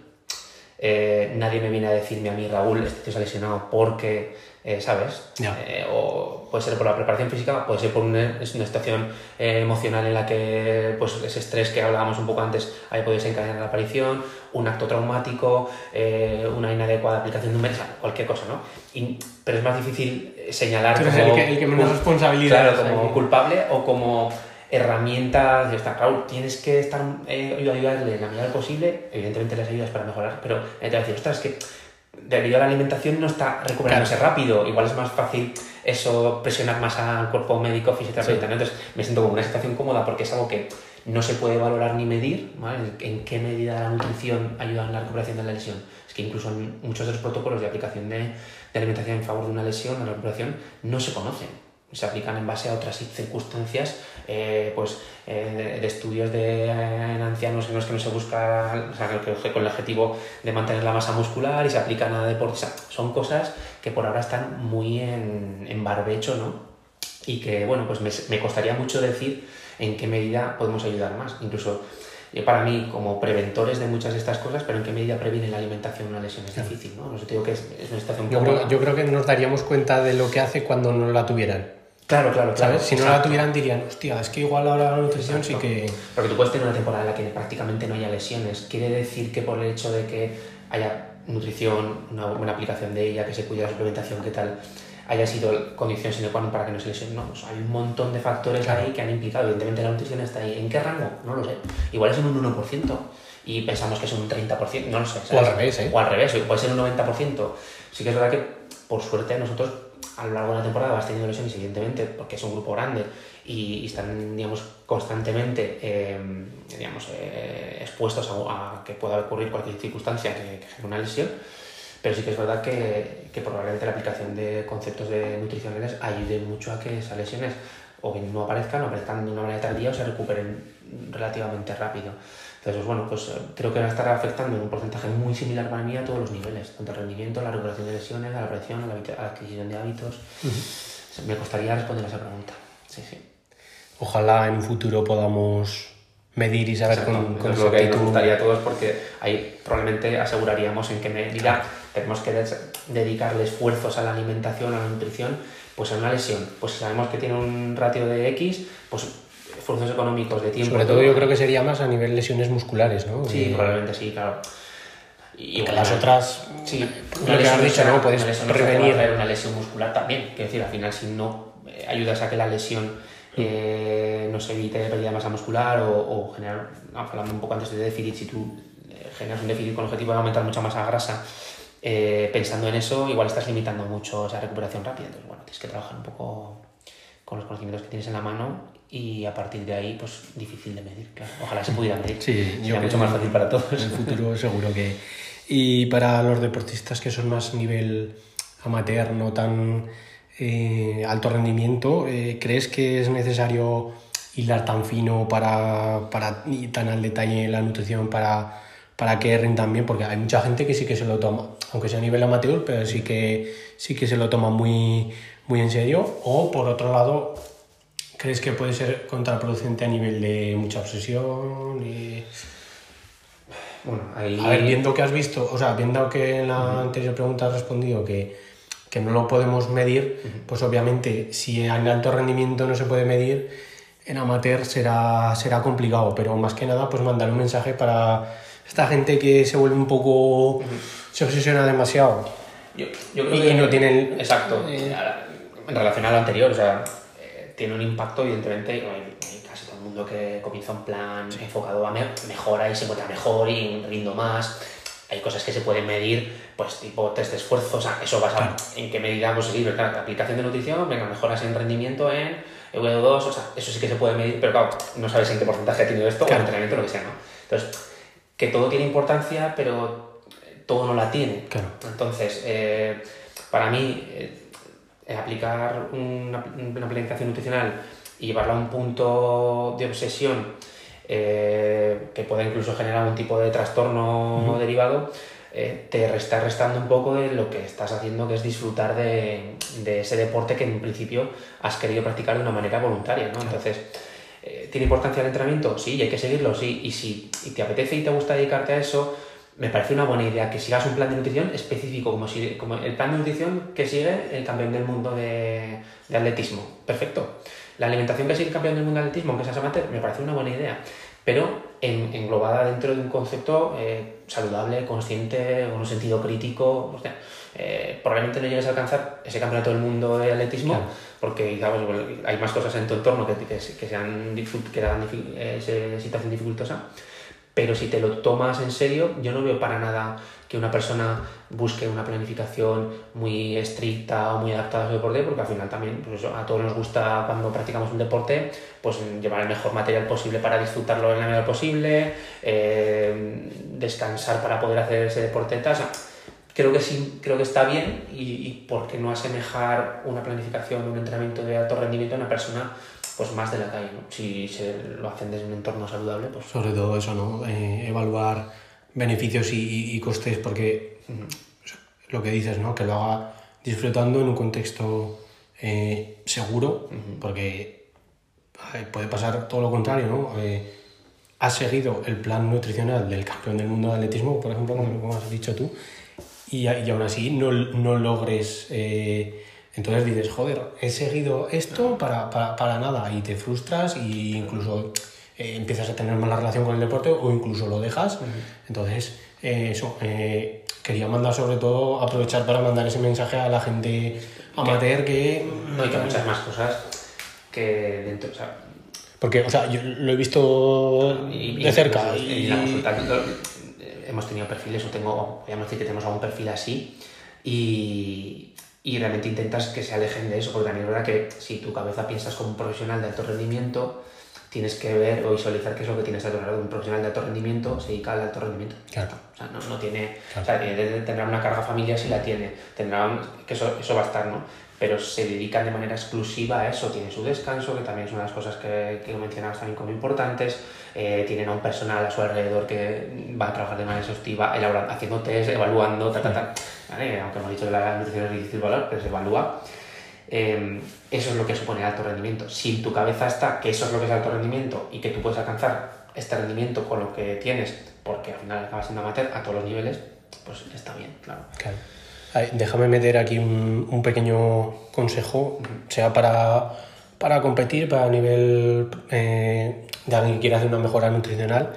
eh, nadie me viene a decirme a mí, Raúl, este tío se ha lesionado porque... Eh, ¿sabes? Yeah. Eh, o puede ser por la preparación física, puede ser por una, es una situación eh, emocional en la que pues, ese estrés que hablábamos un poco antes haya podido desencadenar la aparición, un acto traumático, eh, una inadecuada aplicación de un médico, cualquier cosa, ¿no? Y, pero es más difícil señalar como, el que, el que menos responsabilidad. Claro, como culpable o como herramienta de esta. Raúl, tienes que estar eh, ayudarle en la medida posible, evidentemente les ayudas para mejorar, pero te voy a decir, ostras, es que debido a la alimentación no está recuperándose claro. rápido, igual es más fácil eso, presionar más al cuerpo médico, fisioterapeuta, sí. ¿no? Entonces me siento como una situación cómoda porque es algo que no se puede valorar ni medir, ¿vale? En qué medida la nutrición ayuda en la recuperación de la lesión. Es que incluso en muchos de los protocolos de aplicación de, de alimentación en favor de una lesión, de la recuperación, no se conocen. Se aplican en base a otras circunstancias, eh, pues eh, de, de estudios de, eh, en ancianos en los que no se busca, o sea, que, con el objetivo de mantener la masa muscular y se aplican a deportes. O sea, son cosas que por ahora están muy en, en barbecho, ¿no? Y que, bueno, pues me, me costaría mucho decir en qué medida podemos ayudar más. Incluso eh, para mí, como preventores de muchas de estas cosas, pero en qué medida previene la alimentación una lesión es difícil, ¿no? No sé, te digo que es, es una situación yo creo, yo creo que nos daríamos cuenta de lo que hace cuando no la tuvieran. Claro, claro, claro. ¿Sabes? Si no exacto. la tuvieran dirían, hostia, es que igual ahora la nutrición exacto. sí que... Porque tú puedes tener una temporada en la que prácticamente no haya lesiones. Quiere decir que por el hecho de que haya nutrición, una buena aplicación de ella, que se cuide la suplementación, que tal, haya sido condición sine qua non para que no se lesione. No, o sea, hay un montón de factores claro. ahí que han implicado. Evidentemente la nutrición está ahí. ¿En qué rango? No lo sé. Igual es en un uno por ciento y pensamos que es un treinta por ciento. No lo sé. ¿sabes? O al revés, ¿eh? O al revés. Puede ser un noventa por ciento. Sí que es verdad que, por suerte, nosotros a lo largo de la temporada vas teniendo lesiones, evidentemente, porque es un grupo grande y, y están, digamos, constantemente eh, digamos, eh, expuestos a, a que pueda ocurrir cualquier circunstancia que, que genere una lesión, pero sí que es verdad que, que probablemente la aplicación de conceptos de nutricionales ayude mucho a que esas lesiones o bien no aparezcan, o aparezcan de una manera tardía o se recuperen relativamente rápido. Entonces, bueno, pues creo que va a estar afectando en un porcentaje muy similar para mí a todos los niveles, tanto el rendimiento, la recuperación de lesiones, a la prevención, a la, a la adquisición de hábitos. Uh-huh. Me costaría responder a esa pregunta. Sí, sí. Ojalá en un futuro podamos medir y saber exacto. con, con es lo que nos gustaría a todos, porque ahí probablemente aseguraríamos en qué medida claro. tenemos que des- dedicarle esfuerzos a la alimentación, a la nutrición, pues en una lesión. Pues si sabemos que tiene un ratio de X, pues esfuerzos económicos, de tiempo. Sobre todo yo creo que sería más a nivel lesiones musculares, ¿no? Sí, y... probablemente sí, claro. Y bueno, las otras, sí, lo que has dicho, ¿no? Puedes prevenir. Una, una lesión muscular también, quiero decir, al final si no eh, ayudas a que la lesión eh, no se evite pérdida de masa muscular o, o generar, hablando un poco antes de déficit, si tú eh, generas un déficit con el objetivo de aumentar mucha masa grasa, eh, pensando en eso, igual estás limitando mucho esa recuperación rápida. Entonces, bueno, tienes que trabajar un poco con los conocimientos que tienes en la mano y a partir de ahí, pues difícil de medir, claro. Ojalá se pudiera medir. Sí, sería mucho más fácil para todos. En el futuro seguro que... Y para los deportistas que son más nivel amateur, no tan eh, alto rendimiento, eh, ¿crees que es necesario hilar tan fino para, para y tan al detalle la nutrición para, para que rindan bien? Porque hay mucha gente que sí que se lo toma, aunque sea a nivel amateur, pero sí que, sí que se lo toma muy, muy en serio. O por otro lado, ¿crees que puede ser contraproducente a nivel de mucha obsesión? Y... Bueno, ahí... A ver, viendo que has visto, o sea, viendo que en la uh-huh. anterior pregunta has respondido que, que no lo podemos medir, uh-huh. pues obviamente si en alto rendimiento no se puede medir, en amateur será, será complicado, pero más que nada pues mandar un mensaje para esta gente que se vuelve un poco, uh-huh. se obsesiona demasiado yo, yo creo y que, no tienen... Exacto, eh, en relación a lo anterior, o sea, eh, tiene un impacto evidentemente, eh, casi todo el mundo que comienza un plan sí. enfocado a me- mejora y se encuentra mejor y rindo más. Hay cosas que se pueden medir, pues tipo test de esfuerzo, o sea, eso basado claro. en qué medida pues sí, claro, aplicación de nutrición, venga, mejoras en rendimiento en E V O dos, o sea, eso sí que se puede medir, pero claro, no sabes en qué porcentaje ha tenido esto claro. o en entrenamiento o lo que sea, ¿no? Entonces, que todo tiene importancia, pero todo no la tiene. Claro. Entonces, eh, para mí, eh, aplicar una, una planificación nutricional y llevarla a un punto de obsesión Eh, que pueda incluso generar un tipo de trastorno uh-huh. derivado, eh, te está restando un poco de lo que estás haciendo, que es disfrutar de, de ese deporte que en principio has querido practicar de una manera voluntaria, ¿no? Entonces, eh, ¿tiene importancia el entrenamiento? Sí, y hay que seguirlo, sí, y si y te apetece y te gusta dedicarte a eso, me parece una buena idea que sigas un plan de nutrición específico, como, si, como el plan de nutrición que sigue el campeón del mundo de, de atletismo. Perfecto. La alimentación que sigue el campeón del mundo de atletismo, aunque seas amateur, me parece una buena idea, pero en, englobada dentro de un concepto eh, saludable, consciente, con un sentido crítico. O sea, eh, probablemente no llegues a alcanzar ese campeonato del mundo de atletismo, claro. porque digamos, hay más cosas en tu entorno que, que, que, sean, que dan eh, situación dificultosa. Pero si te lo tomas en serio, yo no veo para nada que una persona busque una planificación muy estricta o muy adaptada a su deporte, porque al final también pues eso, a todos nos gusta cuando practicamos un deporte pues llevar el mejor material posible para disfrutarlo en la medida posible, eh, descansar para poder hacer ese deporte. O sea, creo que sí, creo que está bien y, y por qué no asemejar una planificación, un entrenamiento de alto rendimiento a una persona pues más de la calle, ¿no? Si se lo hacen desde un entorno saludable, pues... Sobre todo eso, ¿no? Eh, evaluar beneficios y, y, y costes, porque uh-huh. lo que dices, ¿no? Que lo haga disfrutando en un contexto eh, seguro, uh-huh. porque eh, puede pasar todo lo contrario, ¿no? Eh, has seguido el plan nutricional del campeón del mundo de atletismo, por ejemplo, uh-huh. como has dicho tú, y, y aún así no, no logres... Eh, Entonces dices, joder, he seguido esto para, para, para nada y te frustras e incluso eh, empiezas a tener mala relación con el deporte o incluso lo dejas. Uh-huh. Entonces, eh, eso, eh, quería mandar sobre todo, aprovechar para mandar ese mensaje a la gente amateur que... No, y que muchas más cosas que dentro, o sea... Porque, o sea, yo lo he visto y, de cerca. Y, y, y la consulta, hemos tenido perfiles, o tengo, podríamos decir que tenemos algún perfil así y... y realmente intentas que se alejen de eso, porque también es verdad que si tu cabeza piensas como un profesional de alto rendimiento, tienes que ver o visualizar qué es lo que tienes a tu alrededor. Un profesional de alto rendimiento se dedica al alto rendimiento. Claro. O sea, no, no tiene... Claro. O sea, tiene, tendrá una carga familiar si la tiene, tendrá un, que eso, eso va a estar, ¿no? Pero se dedican de manera exclusiva a eso, tienen su descanso, que también es una de las cosas que, que mencionabas también como importantes, eh, tienen a un personal a su alrededor que va a trabajar de manera exhaustiva, elaborando, haciendo test, evaluando, ta, ta, ta, ¿vale? Aunque hemos dicho que la nutrición es difícil de valorar, pero se evalúa. Eh, eso es lo que supone alto rendimiento. Si en tu cabeza está que eso es lo que es alto rendimiento y que tú puedes alcanzar este rendimiento con lo que tienes, porque al final acabas siendo amateur a todos los niveles, pues está bien, claro. Claro. Ay, déjame meter aquí un, un pequeño consejo, sea para, para competir, para nivel eh, de alguien que quiera hacer una mejora nutricional.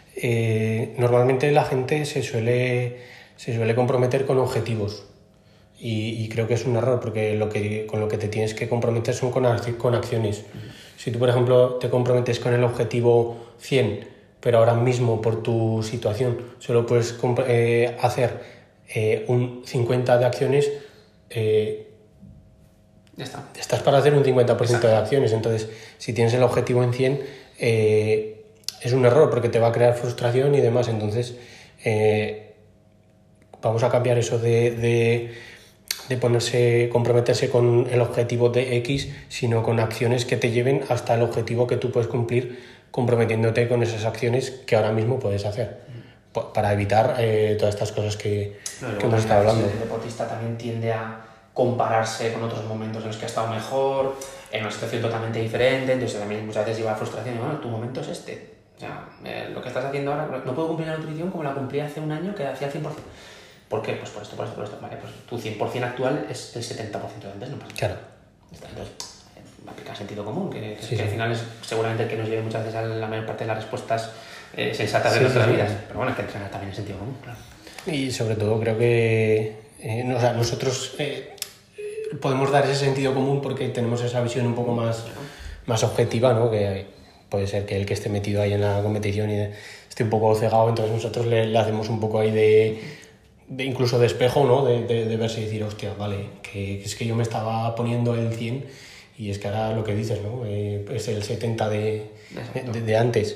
Eh, normalmente la gente se suele, se suele comprometer con objetivos y, y creo que es un error, porque lo que, con lo que te tienes que comprometer son con, con acciones. Si tú, por ejemplo, te comprometes con el objetivo cien, pero ahora mismo por tu situación solo puedes eh, hacer Eh, un cincuenta de acciones, eh, ya está. Estás para hacer un cincuenta por ciento de acciones. Entonces, si tienes el objetivo en cien, eh, es un error porque te va a crear frustración y demás. Entonces, eh, vamos a cambiar eso de, de, de ponerse, comprometerse con el objetivo de X, sino con acciones que te lleven hasta el objetivo que tú puedes cumplir, comprometiéndote con esas acciones que ahora mismo puedes hacer, para evitar eh, todas estas cosas que, no, que hemos estado hablando. El deportista también tiende a compararse con otros momentos en los que ha estado mejor, en una situación totalmente diferente, entonces también muchas veces lleva a frustración y bueno, tu momento es este. O sea, eh, lo que estás haciendo ahora, no puedo cumplir la nutrición como la cumplí hace un año que hacía al cien por ciento. ¿Por qué? Pues por esto, por esto, por esto. Vale, pues tu cien por ciento actual es el setenta por ciento de antes, no pasa nada. Claro. Entonces, aplica sentido común, que, Sí, que sí. al final es seguramente el que nos lleve muchas veces a la mayor parte de las respuestas eh, sensatas de Sí, nuestras sí, sí. vidas. Pero bueno, hay que entrenar también el sentido común, claro. Y sobre todo creo que eh, no, o sea, nosotros eh, podemos dar ese sentido común porque tenemos esa visión un poco más, más objetiva, ¿no? Que puede ser que el que esté metido ahí en la competición y esté un poco cegado, entonces nosotros le, le hacemos un poco ahí de, de incluso de espejo, ¿no? De, de, de verse y decir, hostia, vale, que, que es que yo me estaba poniendo el cien y es que ahora lo que dices, ¿no? Eh, es el setenta de, de, de antes.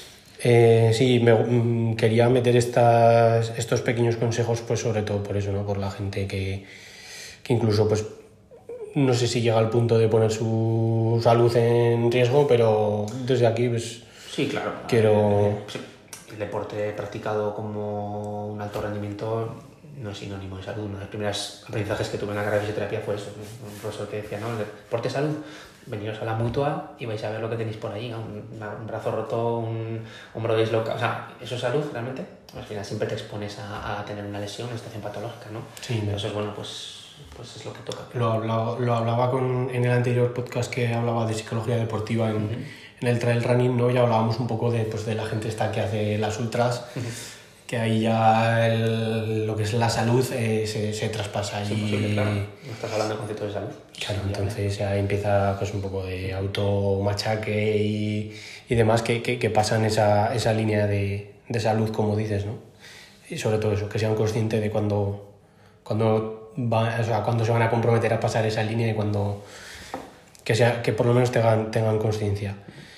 Eh, sí, me, mm, quería meter estas, estos pequeños consejos, pues sobre todo por eso, ¿no? Por la gente que, que incluso, pues, no sé si llega al punto de poner su salud en riesgo, pero desde aquí, pues, Sí, claro. quiero... Eh, sí, el deporte practicado como un alto rendimiento no es sinónimo de salud. Uno de los primeros aprendizajes que tuve en la carrera de fisioterapia fue eso. Un profesor que decía, no, el deporte es salud, veniros a la mutua y vais a ver lo que tenéis por ahí, ¿no? un, un brazo roto, un hombro dislocado, o sea, eso es salud realmente. Al final siempre te expones a, a tener una lesión, una situación patológica, ¿no? Sí, entonces, bueno, pues, pues es lo que toca. Lo, lo, lo hablaba con, en el anterior podcast que hablaba de psicología deportiva en, uh-huh. en el trail running, ¿no? Ya hablábamos un poco de, pues, de la gente esta que hace las ultras, uh-huh. que ahí ya el, lo que es la salud eh, se, se traspasa. Es y imposible, claro. No estás hablando de conceptos de salud. Claro, sí, entonces ya empieza pues un poco de automachaque y, y demás que, que, que pasan esa, esa línea de, de salud, como dices, ¿no? Y sobre todo eso, que sean conscientes de cuando, cuando, va, o sea, cuando se van a comprometer a pasar esa línea y cuando... que, sea, que por lo menos tengan, tengan consciencia.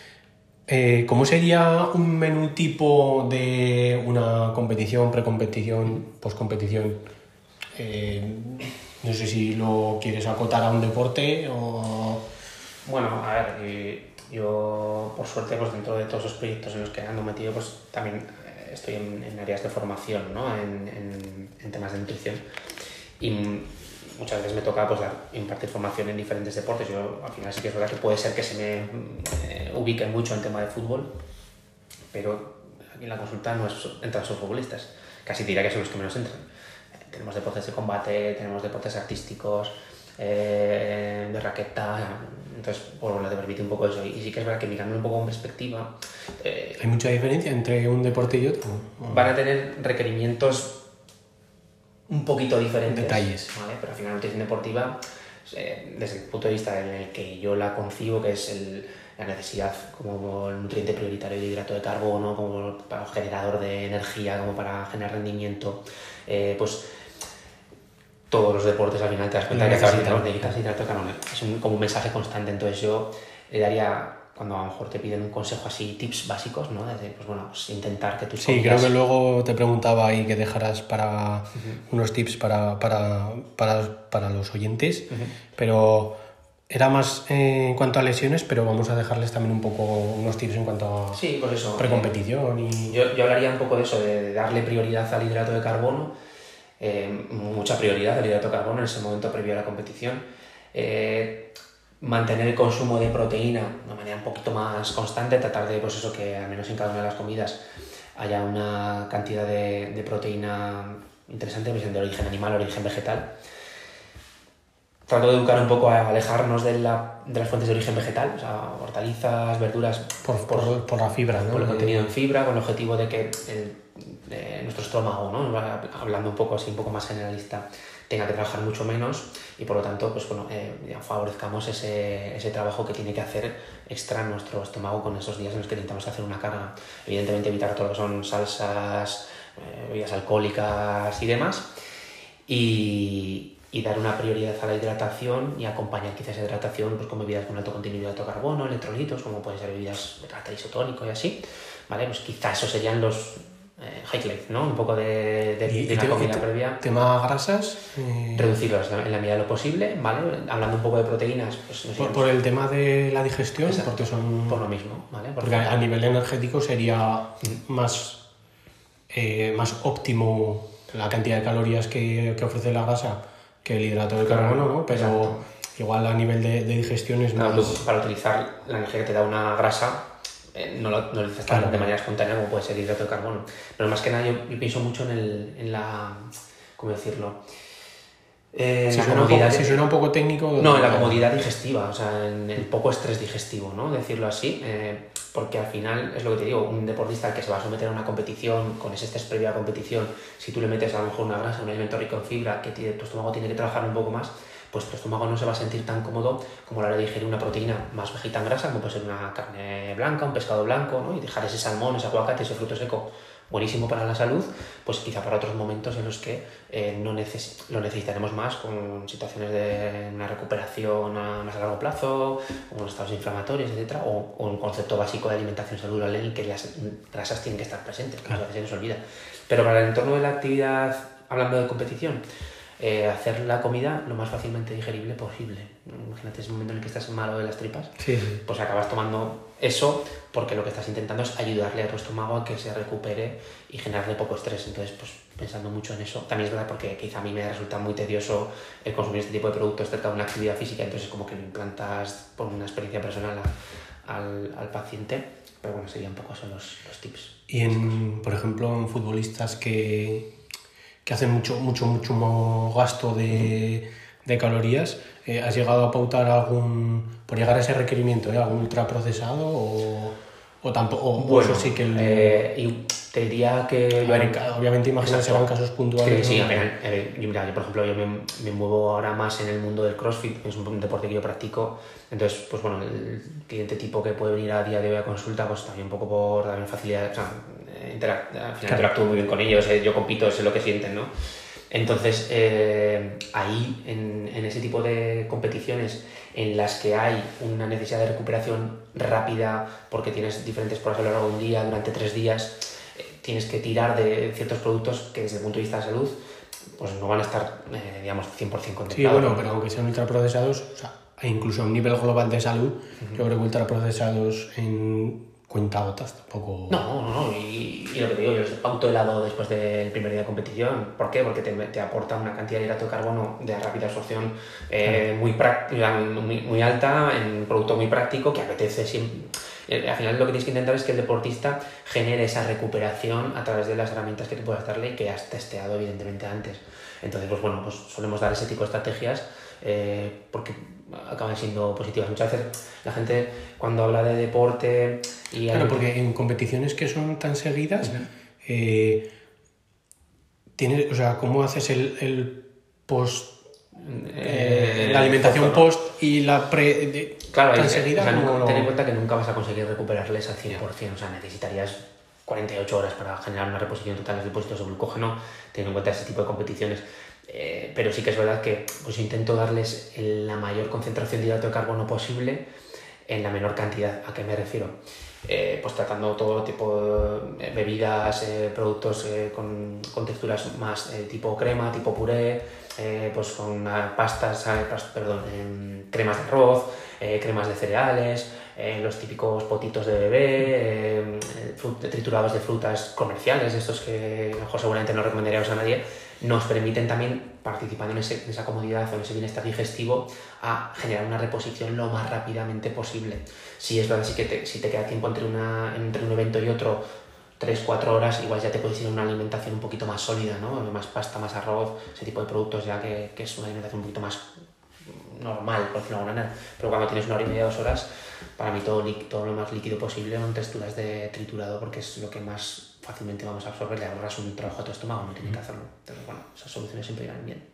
Eh, ¿Cómo sería un menú tipo de una competición, precompetición, poscompetición? Eh, no sé si lo quieres acotar a un deporte o... Bueno, a ver, yo por suerte pues dentro de todos los proyectos en los que ando metido pues también estoy en, en áreas de formación, ¿no? en, en, en temas de nutrición y muchas veces me toca pues, dar, impartir formación en diferentes deportes. Yo al final sí que es verdad que puede ser que se me eh, ubique mucho en tema de fútbol, pero aquí en la consulta no es, entran sus futbolistas, casi diría que son los que menos entran. Eh, tenemos deportes de combate, tenemos deportes artísticos, eh, de raqueta, entonces bueno, te permite un poco eso. Y sí que es verdad que mirando un poco con perspectiva... Eh, ¿Hay mucha diferencia entre un deporte y otro? Van a tener requerimientos un poquito diferentes, detalles, ¿vale? Pero al final la nutrición deportiva, eh, desde el punto de vista en el que yo la concibo, que es el, la necesidad como el nutriente prioritario de hidrato de carbono, como para generador de energía, como para generar rendimiento, eh, pues todos los deportes al final te das cuenta de que necesitas hidrato de carbono. Es un, como un mensaje constante, entonces yo le daría... cuando a lo mejor te piden un consejo así, tips básicos, ¿no? Desde, pues bueno, pues intentar que tus Sí, comidas... creo que luego te preguntaba ahí que dejaras para uh-huh. unos tips para, para, para, para los oyentes, uh-huh. pero era más eh, en cuanto a lesiones, pero vamos a dejarles también un poco unos tips en cuanto a sí, pues eso, precompetición. Eh, y... yo, yo hablaría un poco de eso, de, de darle prioridad al hidrato de carbono, eh, mucha prioridad al hidrato de carbono en ese momento previo a la competición. Eh, mantener el consumo de proteína de una manera un poquito más constante, tratar de, pues eso, que al menos en cada una de las comidas haya una cantidad de, de proteína interesante, pues de origen animal, origen vegetal. Trato de educar un poco a alejarnos de, la, de las fuentes de origen vegetal, o sea, hortalizas, verduras... Por, por, por, por la fibra, ¿no? Por el contenido en fibra, con el objetivo de que el, de nuestro estómago, ¿no? Hablando un poco así, un poco más generalista, tenga que trabajar mucho menos y por lo tanto pues bueno eh, ya favorezcamos ese, ese trabajo que tiene que hacer extra nuestro estómago con esos días en los que intentamos hacer una carga. Evidentemente evitar todo lo que son salsas, eh, bebidas alcohólicas y demás y, y dar una prioridad a la hidratación y acompañar quizás esa hidratación pues con bebidas con alto contenido de hidrato de carbono, electrolitos, como pueden ser bebidas de carácter isotónico y así, ¿vale? Pues quizás esos serían los Eh, highlight, ¿no? Un poco de, de, ¿Y, de una comida previa. ¿Tema grasas? Eh... Reducirlos en la medida de lo posible, ¿vale? Hablando un poco de proteínas, pues... No por, por el tema de la digestión, exacto, porque son... Por lo mismo, ¿vale? Por porque a, a nivel energético sería mm. más, eh, más óptimo la cantidad de calorías que, que ofrece la grasa que el hidrato de carbono, ¿no? Pero exacto, igual a nivel de, de digestión es claro, más... Para utilizar la energía que te da una grasa, Eh, no lo, no lo dices claro, de manera espontánea como puede ser el hidrato de carbono, pero más que nada yo, yo pienso mucho en, el, en la ¿cómo decirlo? Eh, si, la suena comodidad, poco, si suena un poco técnico... No, en la comodidad digestiva, o sea, en el poco estrés digestivo, ¿no? Decirlo así, eh, porque al final, es lo que te digo, un deportista que se va a someter a una competición, con ese estrés previo a la competición, si tú le metes a lo mejor una grasa, un alimento rico en fibra, que tiene, tu estómago tiene que trabajar un poco más, pues tu estómago no se va a sentir tan cómodo como a la hora de digerir una proteína más bajita en grasa, como puede ser una carne blanca, un pescado blanco, ¿no? Y dejar ese salmón, ese aguacate, ese fruto seco, buenísimo para la salud, pues quizá para otros momentos en los que eh, no neces- lo necesitaremos más, con situaciones de una recuperación a más a largo plazo, con estados inflamatorios, etcétera, o, o un concepto básico de alimentación saludable en el que las grasas tienen que estar presentes, que Claro. a veces se nos olvida. Pero para el entorno de la actividad, hablando de competición, eh, hacer la comida lo más fácilmente digerible posible. Imagínate ese momento en el que estás malo de las tripas, Sí, sí. pues acabas tomando eso porque lo que estás intentando es ayudarle a tu estómago a que se recupere y generarle poco estrés. Entonces, pues pensando mucho en eso, también es verdad porque quizá a mí me resulta muy tedioso el consumir este tipo de productos cerca de una actividad física, entonces como que lo implantas por una experiencia personal a, al, al paciente, pero bueno, serían un poco esos los, los tips. Y en, por ejemplo, en futbolistas que, que hacen mucho, mucho, mucho gasto de, de calorías, eh, ¿has llegado a pautar algún, por llegar a ese requerimiento, ¿eh? algún ultraprocesado o, o tampoco? O, Bueno, eso sí que el, eh, y te diría que... a ver, en ca- obviamente imagino que serán casos puntuales. Sí, sí, ¿no? a ver, eh, yo, mira, yo por ejemplo yo me, me muevo ahora más en el mundo del CrossFit, que es un deporte que yo practico, entonces pues bueno, el cliente tipo que puede venir a día de hoy a consulta, pues también un poco por también facilidad, o sea, interac- al final Claro. interactúo muy bien con ellos, eh, yo compito, sé lo que sienten, ¿no? Entonces, eh, ahí, en, en ese tipo de competiciones en las que hay una necesidad de recuperación rápida, porque tienes diferentes pruebas a lo largo de un día, durante tres días, eh, tienes que tirar de ciertos productos que desde el punto de vista de salud, pues no van a estar, eh, digamos, cien por ciento Sí, contemplados. bueno, pero aunque sean ultraprocesados, o sea, e incluso a un nivel global de salud, uh-huh. yo creo que ultraprocesados en cuentagotas tampoco... No, no, no, y, y lo que te digo, yo les auto helado después del primer día de competición. ¿Por qué? Porque te, te aporta una cantidad de hidrato de carbono de rápida absorción eh, claro. muy, práctica, muy, muy alta, en un producto muy práctico que apetece siempre. Al final lo que tienes que intentar es que el deportista genere esa recuperación a través de las herramientas que tú puedas darle y que has testeado evidentemente antes. Entonces, pues bueno, pues solemos dar ese tipo de estrategias eh, porque acaban siendo positivas. Muchas veces la gente cuando habla de deporte... Y claro, porque en competiciones que son tan seguidas, uh-huh. eh, tienes, o sea, ¿cómo haces el, el post... Eh, la alimentación post, ¿no? post y la pre de, claro, tan es, seguida? O sea, no, ten en cuenta que nunca vas a conseguir recuperarles al cien por ciento, yeah. O sea, necesitarías cuarenta y ocho horas para generar una reposición total de depósitos de glucógeno, teniendo en cuenta ese tipo de competiciones. Eh, pero sí que es verdad que pues, intento darles la mayor concentración de hidrato de carbono posible en la menor cantidad. ¿A qué me refiero? Eh, pues tratando todo tipo de bebidas, eh, productos eh, con, con texturas más eh, tipo crema, tipo puré, eh, pues con pastas, eh, perdón, eh, cremas de arroz, eh, cremas de cereales, eh, los típicos potitos de bebé, eh, frut- triturados de frutas comerciales, estos que a lo mejor seguramente no recomendaríamos a nadie, nos permiten también, participando en, ese, en esa comodidad o en ese bienestar digestivo, a generar una reposición lo más rápidamente posible. Si es verdad, sí que te, si te queda tiempo entre, una, entre un evento y otro, tres cuatro horas, igual ya te puedes ir a una alimentación un poquito más sólida, ¿no? Más pasta, más arroz, ese tipo de productos ya que, que es una alimentación un poquito más normal, por decirlo de alguna manera. Pero cuando tienes una hora y media, dos horas, para mí todo, todo lo más líquido posible con texturas de triturado, porque es lo que más fácilmente vamos a absorber. Le ahorras un trabajo a tu estómago, no tienes que hacerlo. Entonces, bueno, esas soluciones siempre irán bien.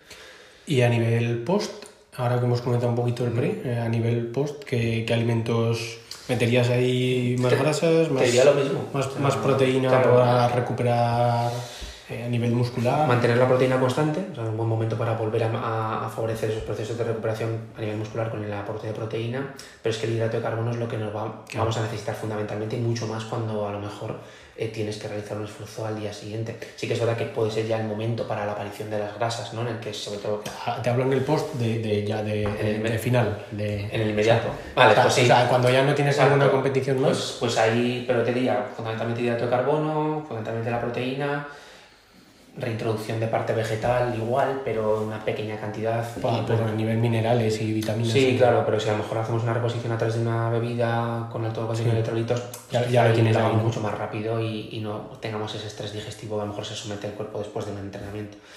Y a nivel post, ahora que hemos comentado un poquito el pre, eh, a nivel post, ¿qué, qué alimentos meterías ahí? ¿Más te, grasas? Más, te diría lo mismo. Más, o sea, más proteína claro, para recuperar eh, a nivel muscular? Mantener la proteína constante, o sea, un buen momento para volver a, a, a favorecer esos procesos de recuperación a nivel muscular con el aporte de proteína, pero es que el hidrato de carbono es lo que nos va, claro. vamos a necesitar fundamentalmente y mucho más cuando a lo mejor eh, tienes que realizar un esfuerzo al día siguiente. Sí que es verdad que puede ser ya el momento para la aparición de las grasas, ¿no? En el que sobre todo... Te hablo en el post de, de ya de, el, de final. De, en el inmediato. O sea, vale, o sea, pues sí. O sea, cuando ya no tienes Exacto. alguna competición más. Pues, pues ahí, pero te diría, fundamentalmente hidrato de carbono, fundamentalmente la proteína, reintroducción de parte vegetal igual, pero una pequeña cantidad. Para, por a nivel minerales y vitaminas. Sí, claro, pero si a lo mejor hacemos una reposición a través de una bebida con alto contenido de electrolitos, ya, ya lo tienes ahí, ¿no? mucho más rápido y, y no tengamos ese estrés digestivo que a lo mejor se somete el cuerpo después de un entrenamiento.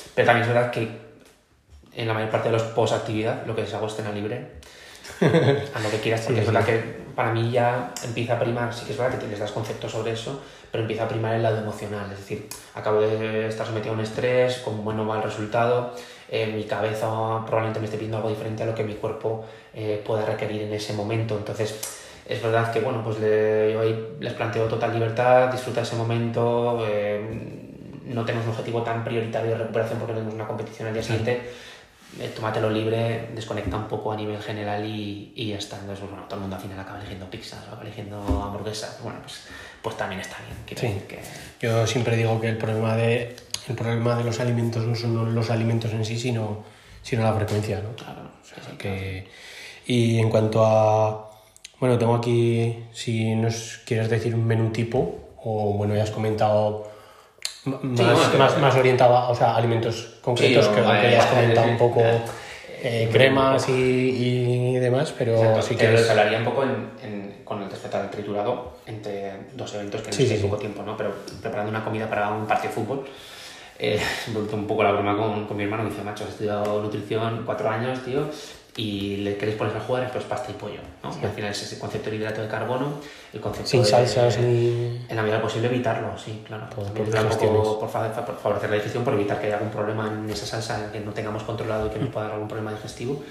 Pero también es verdad que en la mayor parte de los post-actividad lo que les hago es cena libre, a lo que quieras, porque sí, es verdad sí. que para mí ya empieza a primar, sí que es verdad que les das conceptos sobre eso, pero empieza a primar el lado emocional, es decir, acabo de estar sometido a un estrés, con buen o mal resultado, eh, mi cabeza probablemente me esté pidiendo algo diferente a lo que mi cuerpo eh, pueda requerir en ese momento, entonces es verdad que bueno, pues le, yo ahí les planteo total libertad, disfruta ese momento, eh, no tenemos un objetivo tan prioritario de recuperación porque tenemos una competición al día siguiente, eh, tómatelo libre, desconecta un poco a nivel general y, y ya está. Entonces, pues, bueno, todo el mundo al final acaba eligiendo pizzas o acaba eligiendo hamburguesas, bueno, pues, pues también está bien. Quiero sí. decir que... Yo siempre digo que el problema de, el problema de los alimentos no son los alimentos en sí, sino, sino la frecuencia, ¿no? Claro, o sea, sí, que... Claro. Y en cuanto a... Bueno, tengo aquí, si nos quieres decir un menú tipo, o bueno, ya has comentado... Más, sí, bueno, más, más orientado, o sea, alimentos concretos, sí, que, no, que ya has comentado eh, un poco eh, eh, cremas y, y demás, pero exacto, si quieres... quieres... hablaría un poco en, en, con el respecto al triturado entre dos eventos que necesitan sí, sí, poco sí. tiempo, ¿no? Pero preparando una comida para un partido de fútbol, eh, un poco la broma con, con mi hermano, me dice, macho, has estudiado nutrición cuatro años, tío, y le queréis poner a jugar, pues pasta y pollo, ¿no? Sí. Y al final es ese concepto de hidrato de carbono, el concepto sin de, salsas de, ni... en la medida posible evitarlo, sí, claro. Por, por, por, un poco, por, por favorecer la digestión, por evitar que haya algún problema en esa salsa que no tengamos controlado y que nos pueda dar algún problema digestivo.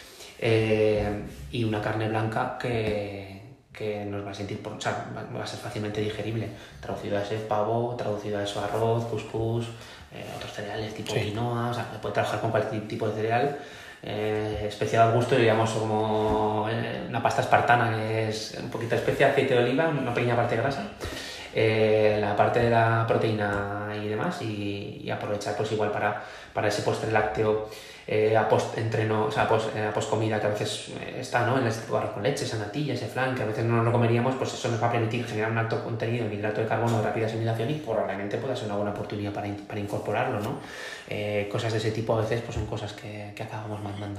Eh, y una carne blanca que, que nos va a sentir, por, o sea, va a ser fácilmente digerible. Traducido a ese pavo, traducido a eso arroz, couscous, eh, otros cereales tipo sí. quinoa, o sea, se puede trabajar con cualquier tipo de cereal. Eh, especial al gusto, digamos, como eh, una pasta espartana, que es un poquito de especia, aceite de oliva, una pequeña parte de grasa, eh, la parte de la proteína y demás, y, y aprovechar pues igual para, para ese postre lácteo eh, a post entreno, o sea, a post, eh, a post comida que a veces eh, está, ¿no? En este arroz con leche, esa natilla, ese flan, que a veces no nos lo comeríamos, pues eso nos va a permitir generar un alto contenido en hidrato de carbono de rápida asimilación y probablemente pueda ser una buena oportunidad para, para incorporarlo, ¿no? Eh, cosas de ese tipo a veces pues son cosas que, que acabamos mandando.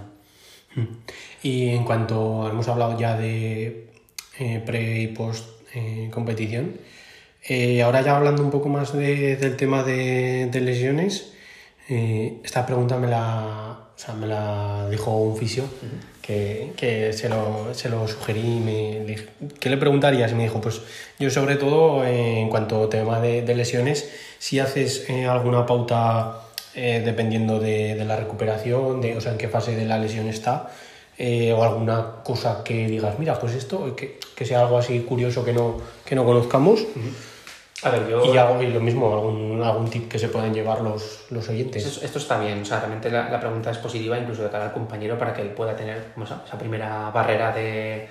Y en cuanto hemos hablado ya de eh, pre y post eh, competición, eh, ahora ya hablando un poco más de, del tema de, de lesiones, eh, esta pregunta me la, o sea, me la dijo un fisio uh-huh. que, que se, lo, se lo sugerí y me le dije, ¿qué le preguntarías? Y me dijo, pues yo sobre todo eh, en cuanto a tema de, de lesiones, si haces eh, alguna pauta eh, dependiendo de, de la recuperación, de, o sea, en qué fase de la lesión está, eh, o alguna cosa que digas, mira, pues esto, que, que sea algo así curioso que no, que no conozcamos. Uh-huh. A ver, yo... Y, hago, y lo mismo, algún, algún tip que se puedan llevar los, los oyentes. Esto, esto está bien, o sea, realmente la, la pregunta es positiva incluso de cara al compañero para que él pueda tener como esa, esa primera barrera de,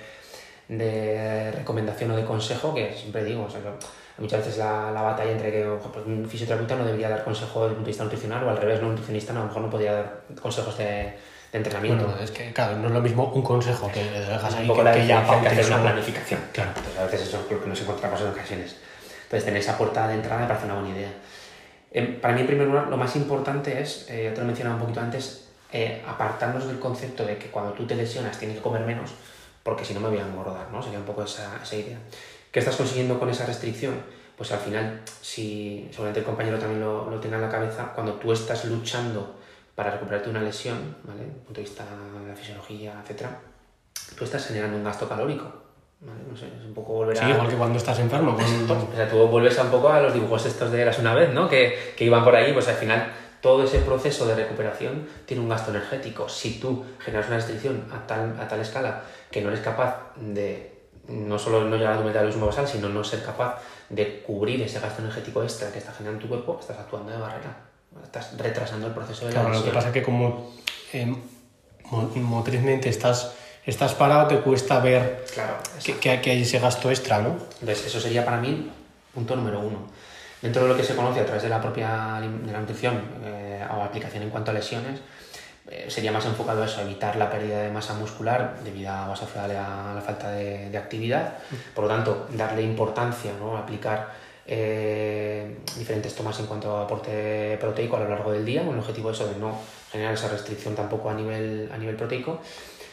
de recomendación o de consejo, que siempre digo, o sea, muchas veces la, la batalla entre que ojo, pues un fisioterapeuta no debería dar consejo desde un punto de vista nutricional o al revés, ¿no? Un nutricionista no, a lo mejor no podría dar consejos de, de entrenamiento. Bueno, es que claro, no es lo mismo un consejo que le dejas ahí, un poco que, la que ya que hacer una una planificación. Claro. Entonces a veces eso es lo que nos encontramos en ocasiones. Entonces, tener esa puerta de entrada me parece una buena idea. Eh, para mí, en primer lugar, lo más importante es, eh, ya te lo mencionaba un poquito antes, eh, apartarnos del concepto de que cuando tú te lesionas tienes que comer menos, porque si no me voy a engordar, ¿no? Sería un poco esa, esa idea. ¿Qué estás consiguiendo con esa restricción? Pues al final, si seguramente el compañero también lo, lo tenga en la cabeza, cuando tú estás luchando para recuperarte una lesión, ¿vale? Desde el punto de vista de la fisiología, etcétera, tú estás generando un gasto calórico. Vale, no sé, es un poco volver a... Sí, igual que cuando estás enfermo. Cuando... O sea, tú vuelves a un poco a los dibujos estos de Eras una vez, ¿no? Que, que iban por ahí, pues al final todo ese proceso de recuperación tiene un gasto energético. Si tú generas una restricción a tal, a tal escala que no eres capaz de no solo no llegar a tu metabolismo basal, sino no ser capaz de cubrir ese gasto energético extra que está generando tu cuerpo, estás actuando de barrera. Estás retrasando el proceso de la Claro, lesión. Lo que pasa es que como eh, motrizmente estás... estás parado, te cuesta ver claro, que, que, que hay ese gasto extra, ¿no? Entonces, eso sería para mí punto número uno. Dentro de lo que se conoce a través de la propia de la nutrición eh, o aplicación en cuanto a lesiones, eh, sería más enfocado a eso, a evitar la pérdida de masa muscular debido a, vas a, a la falta de, de actividad. Por lo tanto, darle importancia, ¿no? Aplicar eh, diferentes tomas en cuanto a aporte proteico a lo largo del día, con el objetivo eso de no generar esa restricción tampoco a nivel, a nivel proteico.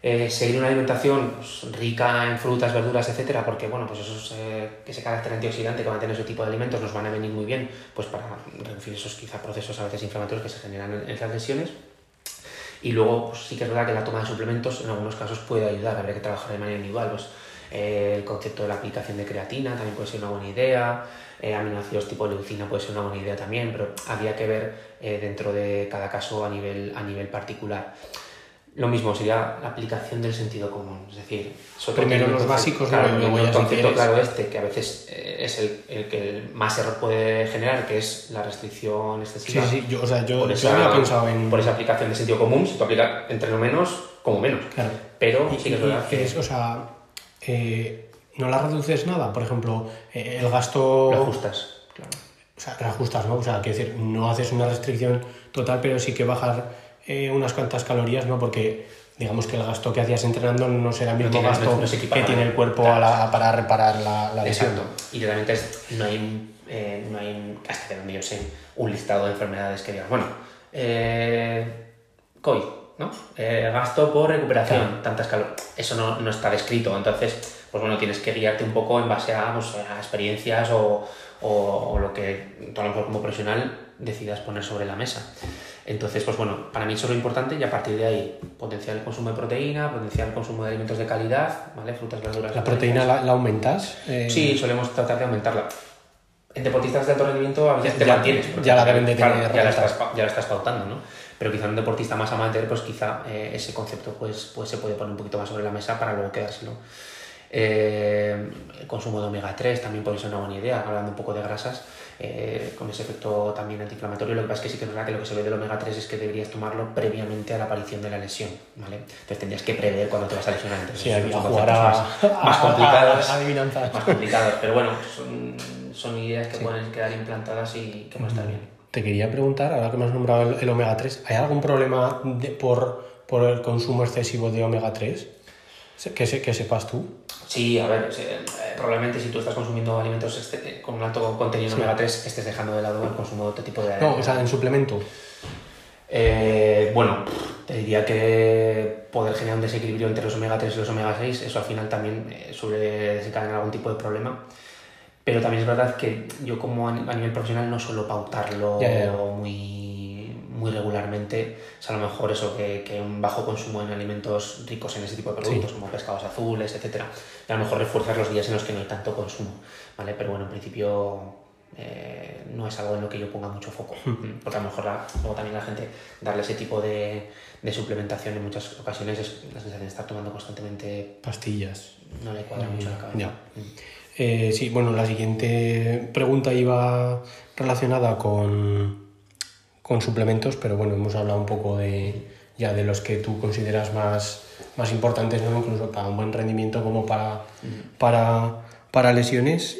Eh, seguir una alimentación pues, rica en frutas, verduras, etcétera, porque bueno, pues esos, eh, ese carácter antioxidante que van a tener ese tipo de alimentos nos van a venir muy bien pues para reducir esos quizá procesos a veces inflamatorios que se generan en, en esas lesiones. Y luego pues, sí que es verdad que la toma de suplementos en algunos casos puede ayudar, habría que trabajar de manera individual. Pues, eh, el concepto de la aplicación de creatina también puede ser una buena idea, eh, aminoácidos tipo leucina puede ser una buena idea también, pero habría que ver eh, dentro de cada caso a nivel, a nivel particular. Lo mismo sería la aplicación del sentido común, es decir, primero los básicos, claro, ¿no? luego el concepto claro este, que a veces eh, es el, el que más error puede generar, que es la restricción excesiva. Sí, sí, yo, o sea, yo, por yo esa, había pensado en... Por esa aplicación de sentido común, si tú aplicas entre lo menos, como menos. Claro. Pero y, sí que es verdad que... Es, o sea, eh, no la reduces nada, por ejemplo, eh, el gasto... Lo ajustas, claro. O sea, lo ajustas, ¿no? O sea, quiero decir, no haces una restricción total, pero sí que bajar eh, unas cuantas calorías, ¿no? Porque... digamos que el gasto que hacías entrenando no será el mismo no gasto no, no que tiene el cuerpo claro. a la, para reparar la, la lesión. Exacto. Y realmente es, no hay, eh, no hay, hasta que donde yo sé, un listado de enfermedades que digan, bueno, eh, COVID, ¿no? Eh, gasto por recuperación, claro. tantas calorías. Eso no, no está descrito, entonces, pues bueno, tienes que guiarte un poco en base a, pues, a experiencias o, o, o lo que tú a lo mejor como profesional decidas poner sobre la mesa. Entonces, pues bueno, para mí eso es lo importante y a partir de ahí potenciar el consumo de proteína, potenciar el consumo de alimentos de calidad, ¿vale? Frutas, verduras... ¿La proteína la, la aumentas? Eh... Sí, solemos tratar de aumentarla. En deportistas de alto rendimiento a veces te ya, mantienes. Ya la deben de tener. Claro, ya, la estás, ya la estás pautando, ¿no? Pero quizá en un deportista más amateur, pues quizá eh, ese concepto pues, pues se puede poner un poquito más sobre la mesa para luego quedárselo. Eh, el consumo de omega tres también puede ser una buena idea, hablando un poco de grasas, eh, con ese efecto también antiinflamatorio. Lo que pasa es que sí que es verdad que lo que se ve del omega tres es que deberías tomarlo previamente a la aparición de la lesión, ¿vale? Entonces tendrías que prever cuando te vas a lesionar. Entonces, sí, son jugar a, más, más complicados, a, a adivinanzas. más complicados, pero bueno, son, son ideas que sí. pueden quedar implantadas y que pueden estar bien. Te quería preguntar, ahora que me has nombrado el, el omega tres, ¿hay algún problema de, por, por el consumo excesivo de omega tres? Que, se, que sepas tú. Sí, a ver, eh, probablemente si tú estás consumiendo alimentos este, con un alto contenido en sí. omega tres, estés dejando de lado el consumo de otro tipo de... No, o sea, en suplemento. Eh, bueno, te diría que poder generar un desequilibrio entre los omega tres y los omega seis, eso al final también eh, suele desencadenar algún tipo de problema. Pero también es verdad que yo como a nivel profesional no suelo pautarlo yeah, yeah. muy, muy regularmente. O sea, a lo mejor eso, que, que un bajo consumo en alimentos ricos en ese tipo de productos, sí. como pescados azules, etcétera. Y a lo mejor refuerzar los días en los que no hay tanto consumo, ¿vale? Pero bueno, en principio eh, no es algo en lo que yo ponga mucho foco. Mm. Porque a lo mejor la, luego también la gente darle ese tipo de, de suplementación en muchas ocasiones es la sensación de estar tomando constantemente pastillas. No le cuadra mm. mucho la cabeza. Yeah. Mm. Eh, sí, bueno, la siguiente pregunta iba relacionada con, con suplementos, pero bueno, hemos hablado un poco de ya de los que tú consideras más, más importantes, ¿no? Incluso para un buen rendimiento como para, mm. para, para lesiones.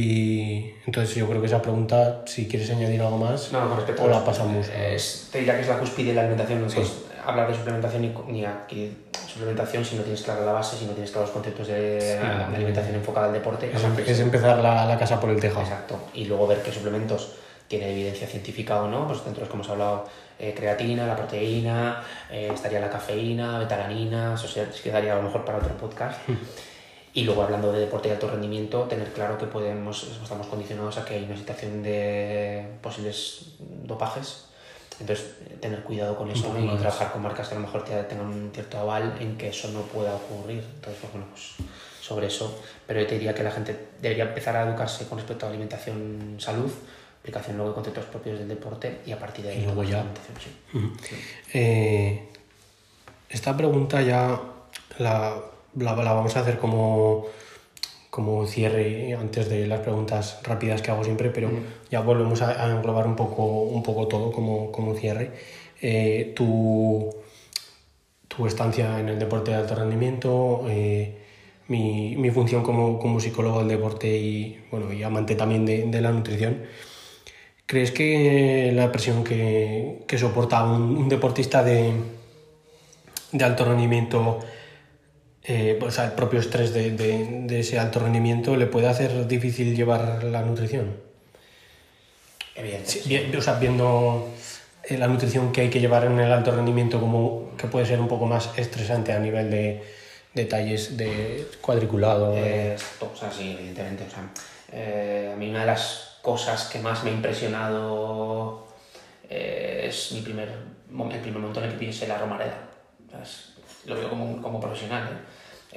Y entonces yo creo que esa pregunta, si quieres añadir algo más, no, con respecto o la pasamos. Es, te diría que es la cúspide de la alimentación, entonces sí. hablar de suplementación ni, ni aquí suplementación si no tienes clara la base, si no tienes claros los conceptos de, sí, de alimentación enfocada al deporte. Es, es, es empezar la, la casa por el tejado. Exacto, y luego ver qué suplementos tiene evidencia científica o no, pues dentro de los que hemos hablado, eh, creatina, la proteína, eh, estaría la cafeína, betalanina, eso se quedaría a lo mejor para otro podcast. Y luego hablando de deporte de alto rendimiento, tener claro que podemos, estamos condicionados a que hay una situación de posibles dopajes. Entonces, tener cuidado con eso y trabajar con marcas que a lo mejor tengan un cierto aval en que eso no pueda ocurrir. Entonces, pues, bueno, pues sobre eso. Pero yo te diría que la gente debería empezar a educarse con respecto a alimentación, salud, aplicación luego de conceptos propios del deporte y a partir de ahí y luego ya. Alimentación. Sí. Uh-huh. Sí. Eh, esta pregunta ya la, la, la vamos a hacer como... como cierre antes de las preguntas rápidas que hago siempre, pero mm. ya volvemos a, a englobar un poco, un poco todo como, como cierre. Eh, tu, tu estancia en el deporte de alto rendimiento, eh, mi, mi función como, como psicólogo del deporte y, bueno, y amante también de, de la nutrición. ¿Crees que la presión que, que soporta un, un deportista de, de alto rendimiento, Eh, pues el propio estrés de, de, de ese alto rendimiento le puede hacer difícil llevar la nutrición? Evidentemente. Sí, bien, o sea, viendo eh, la nutrición que hay que llevar en el alto rendimiento, como que puede ser un poco más estresante a nivel de detalles de cuadriculado? Eh, exacto, o sea, sí, evidentemente. O sea, eh, a mí una de las cosas que más me ha impresionado eh, es mi primer, el primer momento en el que pillé la Romareda. O sea, es, lo veo como, como profesional, ¿eh?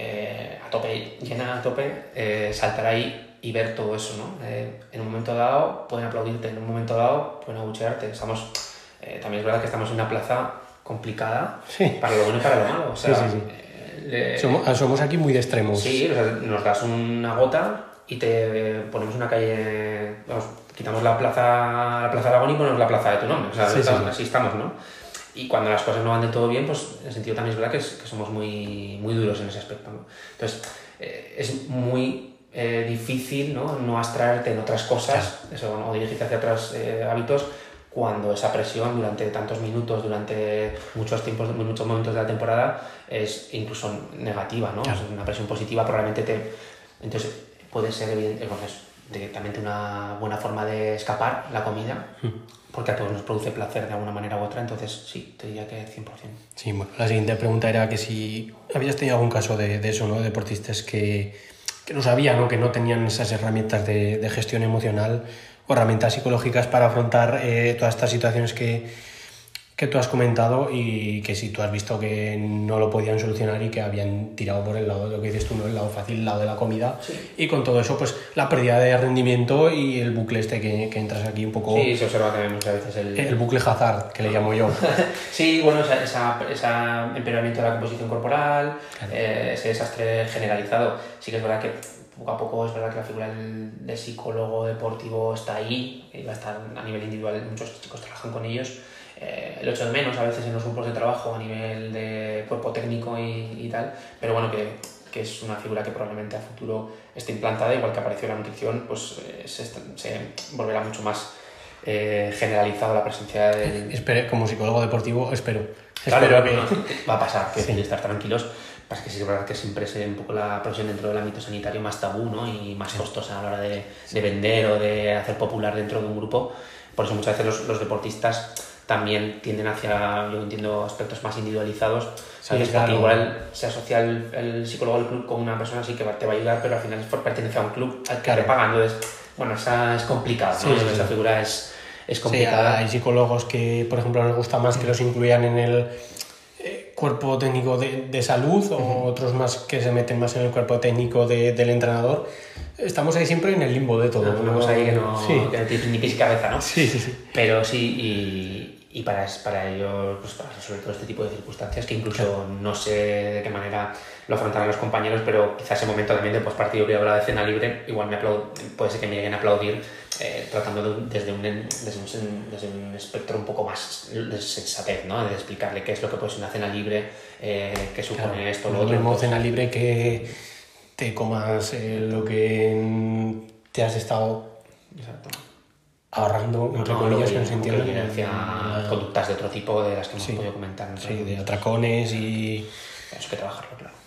Eh, a tope, llena a tope, eh, saltar ahí y ver todo eso, ¿no? Eh, en un momento dado pueden aplaudirte, en un momento dado pueden abuchearte. Estamos, eh, también es verdad que estamos en una plaza complicada, sí, para lo bueno y para lo malo. O sea, sí, sí, sí. Eh, le, somos, somos aquí muy de extremos. Sí, o sea, nos das una gota y te ponemos una calle, vamos, quitamos la plaza, la plaza Aragón y ponemos la plaza de tu nombre. O sea, sí, estamos, sí, sí. así estamos, ¿no? Y cuando las cosas no van de todo bien, pues en el sentido también es verdad que, es, que somos muy, muy duros en ese aspecto, ¿no? Entonces, eh, es muy eh, difícil, ¿no? No abstraerte en otras cosas, sí. Eso, ¿no? O dirigirte hacia otros eh, hábitos cuando esa presión durante tantos minutos, durante muchos tiempos, muchos momentos de la temporada es incluso negativa, ¿no? Claro. Es una presión positiva probablemente te... Entonces, puede ser evidente, bueno, es directamente una buena forma de escapar la comida, porque a todos nos produce placer de alguna manera u otra, entonces sí, te diría que cien por ciento. Sí, bueno, la siguiente pregunta era que si habías tenido algún caso de, de eso, ¿no? Deportistas que, que no sabían, ¿no? Que no tenían esas herramientas de, de gestión emocional o herramientas psicológicas para afrontar eh, todas estas situaciones que, que tú has comentado, y que si tú has visto que no lo podían solucionar y que habían tirado por el lado de lo que dices tú, ¿no? El lado fácil, el lado de la comida, sí. Y con todo eso, pues la pérdida de rendimiento y el bucle este que, que entras aquí un poco... Sí, se observa también muchas veces el... El bucle Hazard, que le llamo yo. Sí, bueno, ese esa, esa empeoramiento de la composición corporal, claro. eh, ese desastre generalizado. Sí que es verdad que poco a poco es verdad que la figura del, del psicólogo deportivo está ahí, y va a estar a nivel individual, muchos chicos trabajan con ellos. Eh, lo echo de menos a veces en los grupos de trabajo a nivel de cuerpo técnico y, y tal, pero bueno, que, que es una figura que probablemente a futuro esté implantada, igual que apareció en la nutrición, pues eh, se, se volverá mucho más eh, generalizado la presencia del... Espero, como psicólogo deportivo, espero. Claro, espero que... que... no, va a pasar, que sí. estar tranquilos. Pasa que sí es verdad que siempre es un poco la profesión dentro del ámbito sanitario más tabú, ¿no? Y más sí. costosa a la hora de, de vender o de hacer popular dentro de un grupo. Por eso muchas veces los, los deportistas también tienden hacia, yo entiendo, aspectos más individualizados, ¿sabes? Sí, claro. Porque igual se asocia el, el psicólogo del club con una persona así que te va a ayudar, pero al final pertenece a un club al que claro. te pagan. Entonces, bueno, esa es complicado, ¿no? Sí, sí, esa sí. figura es, es complicada. Sí, hay psicólogos que, por ejemplo, les gusta más que los incluyan en el eh, cuerpo técnico de, de salud, o uh-huh. otros más que se meten más en el cuerpo técnico de, del entrenador. Estamos ahí siempre en el limbo de todo. No, una cosa ahí que no, sí. que no tiene ni pies y cabeza, ¿no? Sí, sí, sí. Pero sí, y, y para, para ellos, pues para sobre todo este tipo de circunstancias, que incluso claro. no sé de qué manera lo afrontarán los compañeros, pero quizás ese momento también de postpartido que hablaba de cena libre, igual me aplaud, puede ser que me lleguen a aplaudir, eh, tratando de, desde, un, desde, un, desde un espectro un poco más de sensatez, ¿no? De explicarle qué es lo que puede ser una cena libre, eh, qué supone claro. esto, lo otro. Lo mismo cena libre que te comas eh, lo que te has estado Exacto. ahorrando, entre no, comillas, que no se entiende. Hacia conductas de otro tipo de las que hemos sí. podido comentar. Sí, de atracones y... Eso hay que trabajarlo, claro.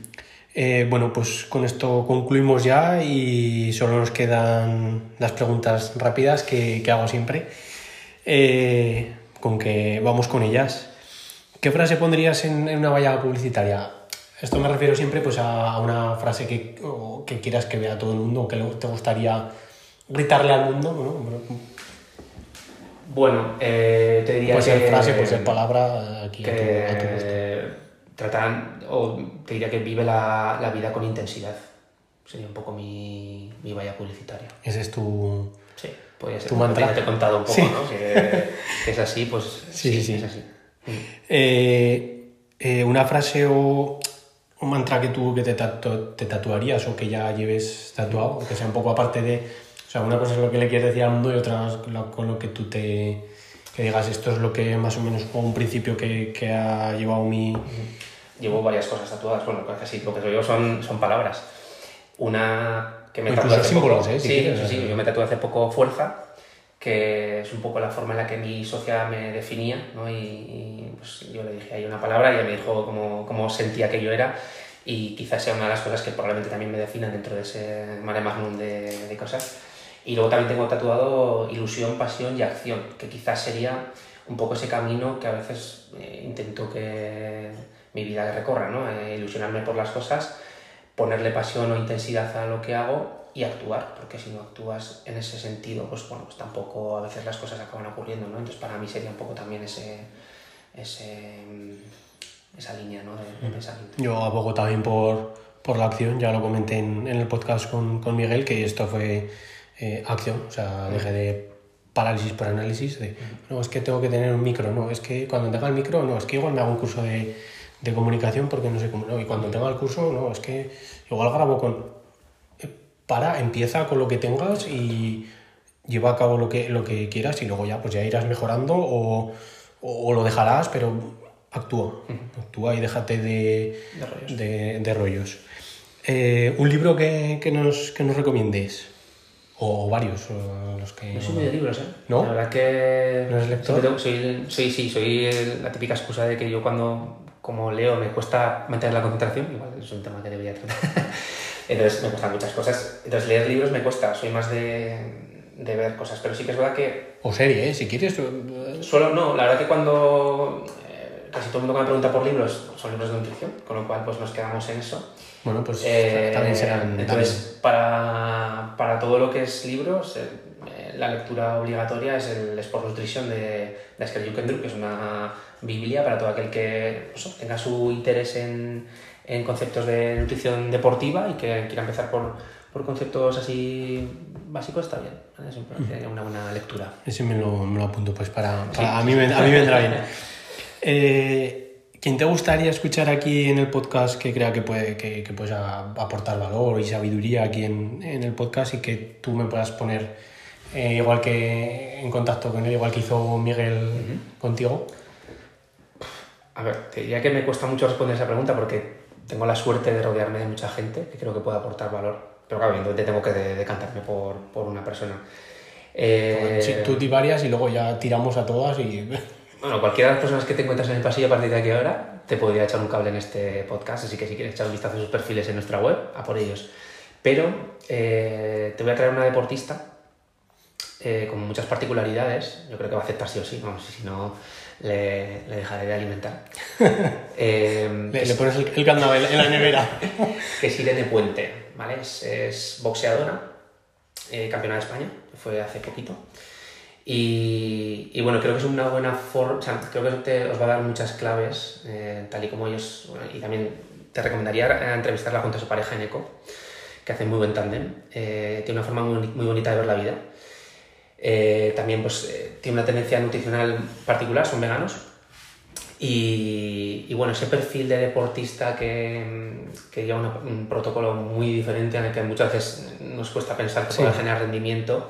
Eh, bueno, pues con esto concluimos ya y solo nos quedan las preguntas rápidas que, que hago siempre, eh, con que vamos con ellas. ¿Qué frase pondrías en, en una valla publicitaria? Esto me refiero siempre pues, a una frase que, o, que quieras que vea todo el mundo, o que te gustaría gritarle al mundo, ¿no? Bueno, eh, te diría puede que... Puede ser frase, puede ser palabra, aquí que, a tu, a tu gusto. Tratan, o te diría que vive la, la vida con intensidad. Sería un poco mi, mi valla publicitaria. Ese es tu... Sí, podría ser. Tu mantra. Ya te he contado un poco, sí. ¿no? Que, que es así, pues sí, sí, sí. es así. Eh, eh, una frase o... un mantra que tú que te, tatu- te tatuarías o que ya lleves tatuado, que sea un poco aparte de... O sea, una cosa es lo que le quieres decir al mundo y otra es con lo que tú te... que digas, esto es lo que más o menos, o un principio que, que ha llevado mi... Llevo varias cosas tatuadas, bueno, casi lo que yo son, son palabras. Una que me tatué hace símbolos, poco. ¿eh? Si sí, quieres, sí, sí, yo me tatué hace poco fuerza, que es un poco la forma en la que mi socia me definía, ¿no? Y, y pues yo le dije ahí una palabra y ella me dijo cómo, cómo sentía que yo era, y quizás sea una de las cosas que probablemente también me definan dentro de ese mare magnum de, de cosas. Y luego también tengo tatuado ilusión, pasión y acción, que quizás sería un poco ese camino que a veces eh, intento que mi vida recorra, ¿no? Eh, ilusionarme por las cosas, ponerle pasión o intensidad a lo que hago y actuar, porque si no actúas en ese sentido, pues bueno, pues tampoco a veces las cosas acaban ocurriendo, ¿no? Entonces para mí sería un poco también ese, ese esa línea, ¿no? de, de pensamiento. Yo abogo también por, por la acción, ya lo comenté en, en el podcast con, con Miguel, que esto fue eh, acción, o sea, dejé de parálisis por análisis, de no, es que tengo que tener un micro, no, es que cuando tenga el micro, no, es que igual me hago un curso de, de comunicación porque no sé cómo, no, y cuando tenga el curso, no, es que igual grabo con... Para, empieza con lo que tengas y lleva a cabo lo que, lo que quieras y luego ya, pues ya irás mejorando o, o lo dejarás, pero actúa, uh-huh. actúa y déjate de, de rollos. De, de rollos. Eh, ¿Un libro que, que, nos, que nos recomiendes? O varios, o los que... No soy muy de libros, ¿eh? ¿No? La verdad que... ¿No eres lector? Soy, soy, sí, soy el, la típica excusa de que yo cuando como leo me cuesta mantener la concentración, igual es un tema que debería tratar. Entonces me cuestan muchas cosas. Entonces leer libros me cuesta, soy más de, de ver cosas, pero sí que es verdad que... O serie, ¿eh? Si quieres... Solo no, la verdad que cuando... Eh, casi todo el mundo que me pregunta por libros son libros de nutrición, con lo cual pues nos quedamos en eso. Bueno, pues eh, también serán... Entonces, también. Para, para todo lo que es libros, eh, la lectura obligatoria es el Sport Nutrition de, de Asker Junkendrup, que es una biblia para todo aquel que pues, tenga su interés en, en conceptos de nutrición deportiva y que quiera empezar por, por conceptos así básicos, está bien, ¿vale? Es una buena lectura. Ese me lo, me lo apunto, pues para... para sí. a, mí, a mí me vendrá bien. Eh... ¿Quién te gustaría escuchar aquí en el podcast que crea que puede que, que puedes aportar valor y sabiduría aquí en, en el podcast y que tú me puedas poner eh, igual que en contacto con él, igual que hizo Miguel uh-huh. contigo? A ver, te diría que me cuesta mucho responder esa pregunta porque tengo la suerte de rodearme de mucha gente que creo que puede aportar valor, pero claro, evidentemente tengo que de, decantarme por, por una persona. Eh... Sí, tú di varias y luego ya tiramos a todas y... Bueno, cualquiera de las personas que te encuentras en el pasillo a partir de aquí ahora te podría echar un cable en este podcast, así que si quieres echar un vistazo a sus perfiles en nuestra web, a por ellos. Pero eh, te voy a traer una deportista eh, con muchas particularidades, yo creo que va a aceptar sí o sí, vamos, si no le, le dejaré de alimentar. eh, le, le pones el, el candado en la nevera. Que es Irene Puente, ¿vale? Es, es boxeadora, eh, campeona de España, fue hace poquito. Y, y bueno, creo que es una buena forma, o sea, creo que te, os va a dar muchas claves, eh, tal y como ellos, bueno, y también te recomendaría entrevistarla junto a su pareja Eneco, que hacen muy buen tándem, eh, tiene una forma muy, muy bonita de ver la vida, eh, también pues eh, tiene una tendencia nutricional particular, son veganos, y, y bueno, ese perfil de deportista que, que lleva una, un protocolo muy diferente en el que muchas veces nos cuesta pensar que sí. pueda generar rendimiento.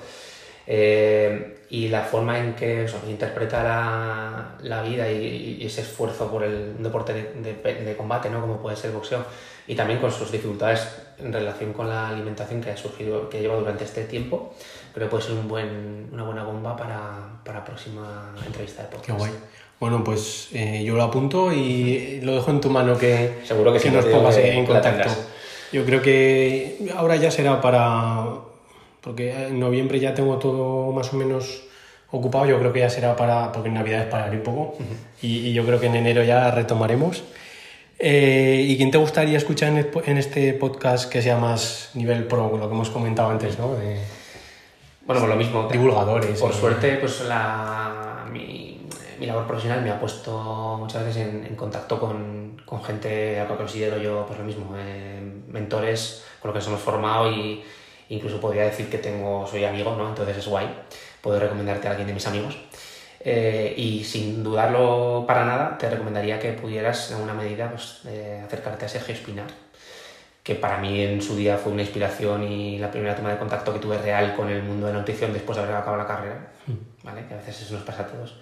Eh, y la forma en que o sea, interpreta la, la vida y, y ese esfuerzo por el deporte de, de, de combate, ¿no? Como puede ser el boxeo, y también con sus dificultades en relación con la alimentación que ha surgido, que lleva durante este tiempo, creo que puede ser un buen, una buena bomba para, para la próxima entrevista de podcast. Qué guay. Bueno, pues eh, yo lo apunto y lo dejo en tu mano que, Seguro que, que sí, nos pongas en, en contacto. Tendrás. Yo creo que ahora ya será para... Porque en noviembre ya tengo todo más o menos ocupado, yo creo que ya será para... Porque en Navidad es para un poco uh-huh. y, y yo creo que en enero ya retomaremos. Eh, ¿Y quién te gustaría escuchar en, el, en este podcast que sea más nivel pro, lo que hemos comentado antes, ¿no? De, bueno, pues lo mismo. Divulgadores. Por y... suerte, pues la, mi, mi labor profesional me ha puesto muchas veces en, en contacto con, con gente a la que considero yo pues lo mismo, eh, mentores con los que nos hemos formado y incluso podría decir que tengo, soy amigo, ¿no? Entonces es guay, puedo recomendarte a alguien de mis amigos. Eh, y sin dudarlo para nada, te recomendaría que pudieras en alguna medida pues, eh, acercarte a Sergio Espinar, que para mí en su día fue una inspiración y la primera toma de contacto que tuve real con el mundo de la nutrición después de haber acabado la carrera, ¿vale? Que a veces eso nos pasa a todos.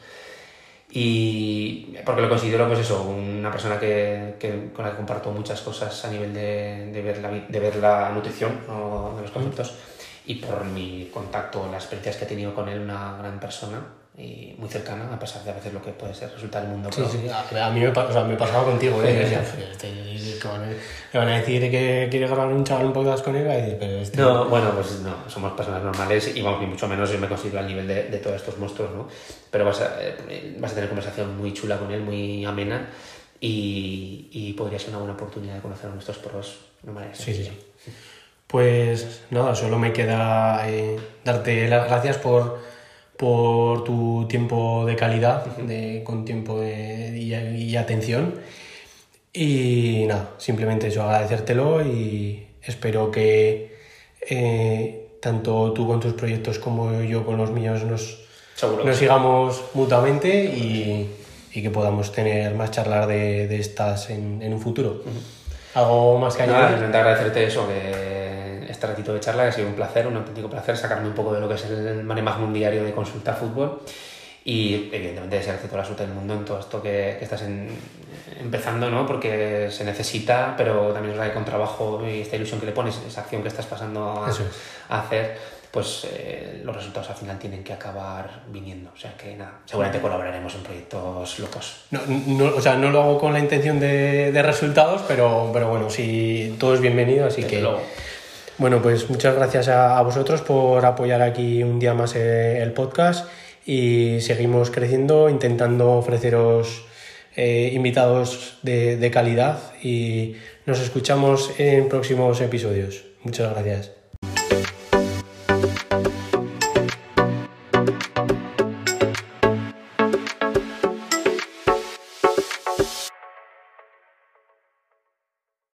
Y porque lo considero pues eso, una persona que, que, con la que comparto muchas cosas a nivel de, de, ver, la, de ver la nutrición o de los conceptos, y por mi contacto, las experiencias que he tenido con él, una gran persona y muy cercana, a pesar de a veces lo que puede ser resultar el mundo. Sí, sí, a, a mí me, o sea, me pasaba contigo, ¿eh? Decía, este, que van a, le van a decir que quiere grabar un chaval un podcast con él, va a decir, pero este... No, bueno, pues no, somos personas normales y vamos, ni mucho menos yo me considero al nivel de, de todos estos monstruos, ¿no? Pero vas a, eh, vas a tener conversación muy chula con él, muy amena y, y podría ser una buena oportunidad de conocer a nuestros pros, no me Sí, sí, sí. Pues nada, solo me queda eh, darte las gracias por, por tu tiempo de calidad, de, con tiempo de, y, y atención. Y nada, simplemente eso, agradecértelo y espero que eh, tanto tú con tus proyectos como yo con los míos nos, nos sigamos mutuamente y, y que podamos tener más charlas de, de estas en, en un futuro. Uh-huh. ¿Algo más que añadir? Nada, intentar agradecerte eso, que este ratito de charla ha sido un placer, un auténtico placer, sacarme un poco de lo que es el mare magnum diario de Consulta Fútbol y evidentemente desearte toda la suerte del mundo en todo esto que, que estás en, empezando, ¿no? Porque se necesita, pero también es verdad que con trabajo y esta ilusión que le pones, esa acción que estás pasando a, a hacer, pues eh, los resultados al final tienen que acabar viniendo. O sea que nada, seguramente colaboraremos en proyectos locos. No, no, o sea, no lo hago con la intención de, de resultados, pero, pero bueno, sí, todo es bienvenido, así Desde que... Luego. Bueno, pues muchas gracias a, a vosotros por apoyar aquí un día más eh, el podcast y seguimos creciendo, intentando ofreceros eh, invitados de, de calidad y nos escuchamos en próximos episodios. Muchas gracias.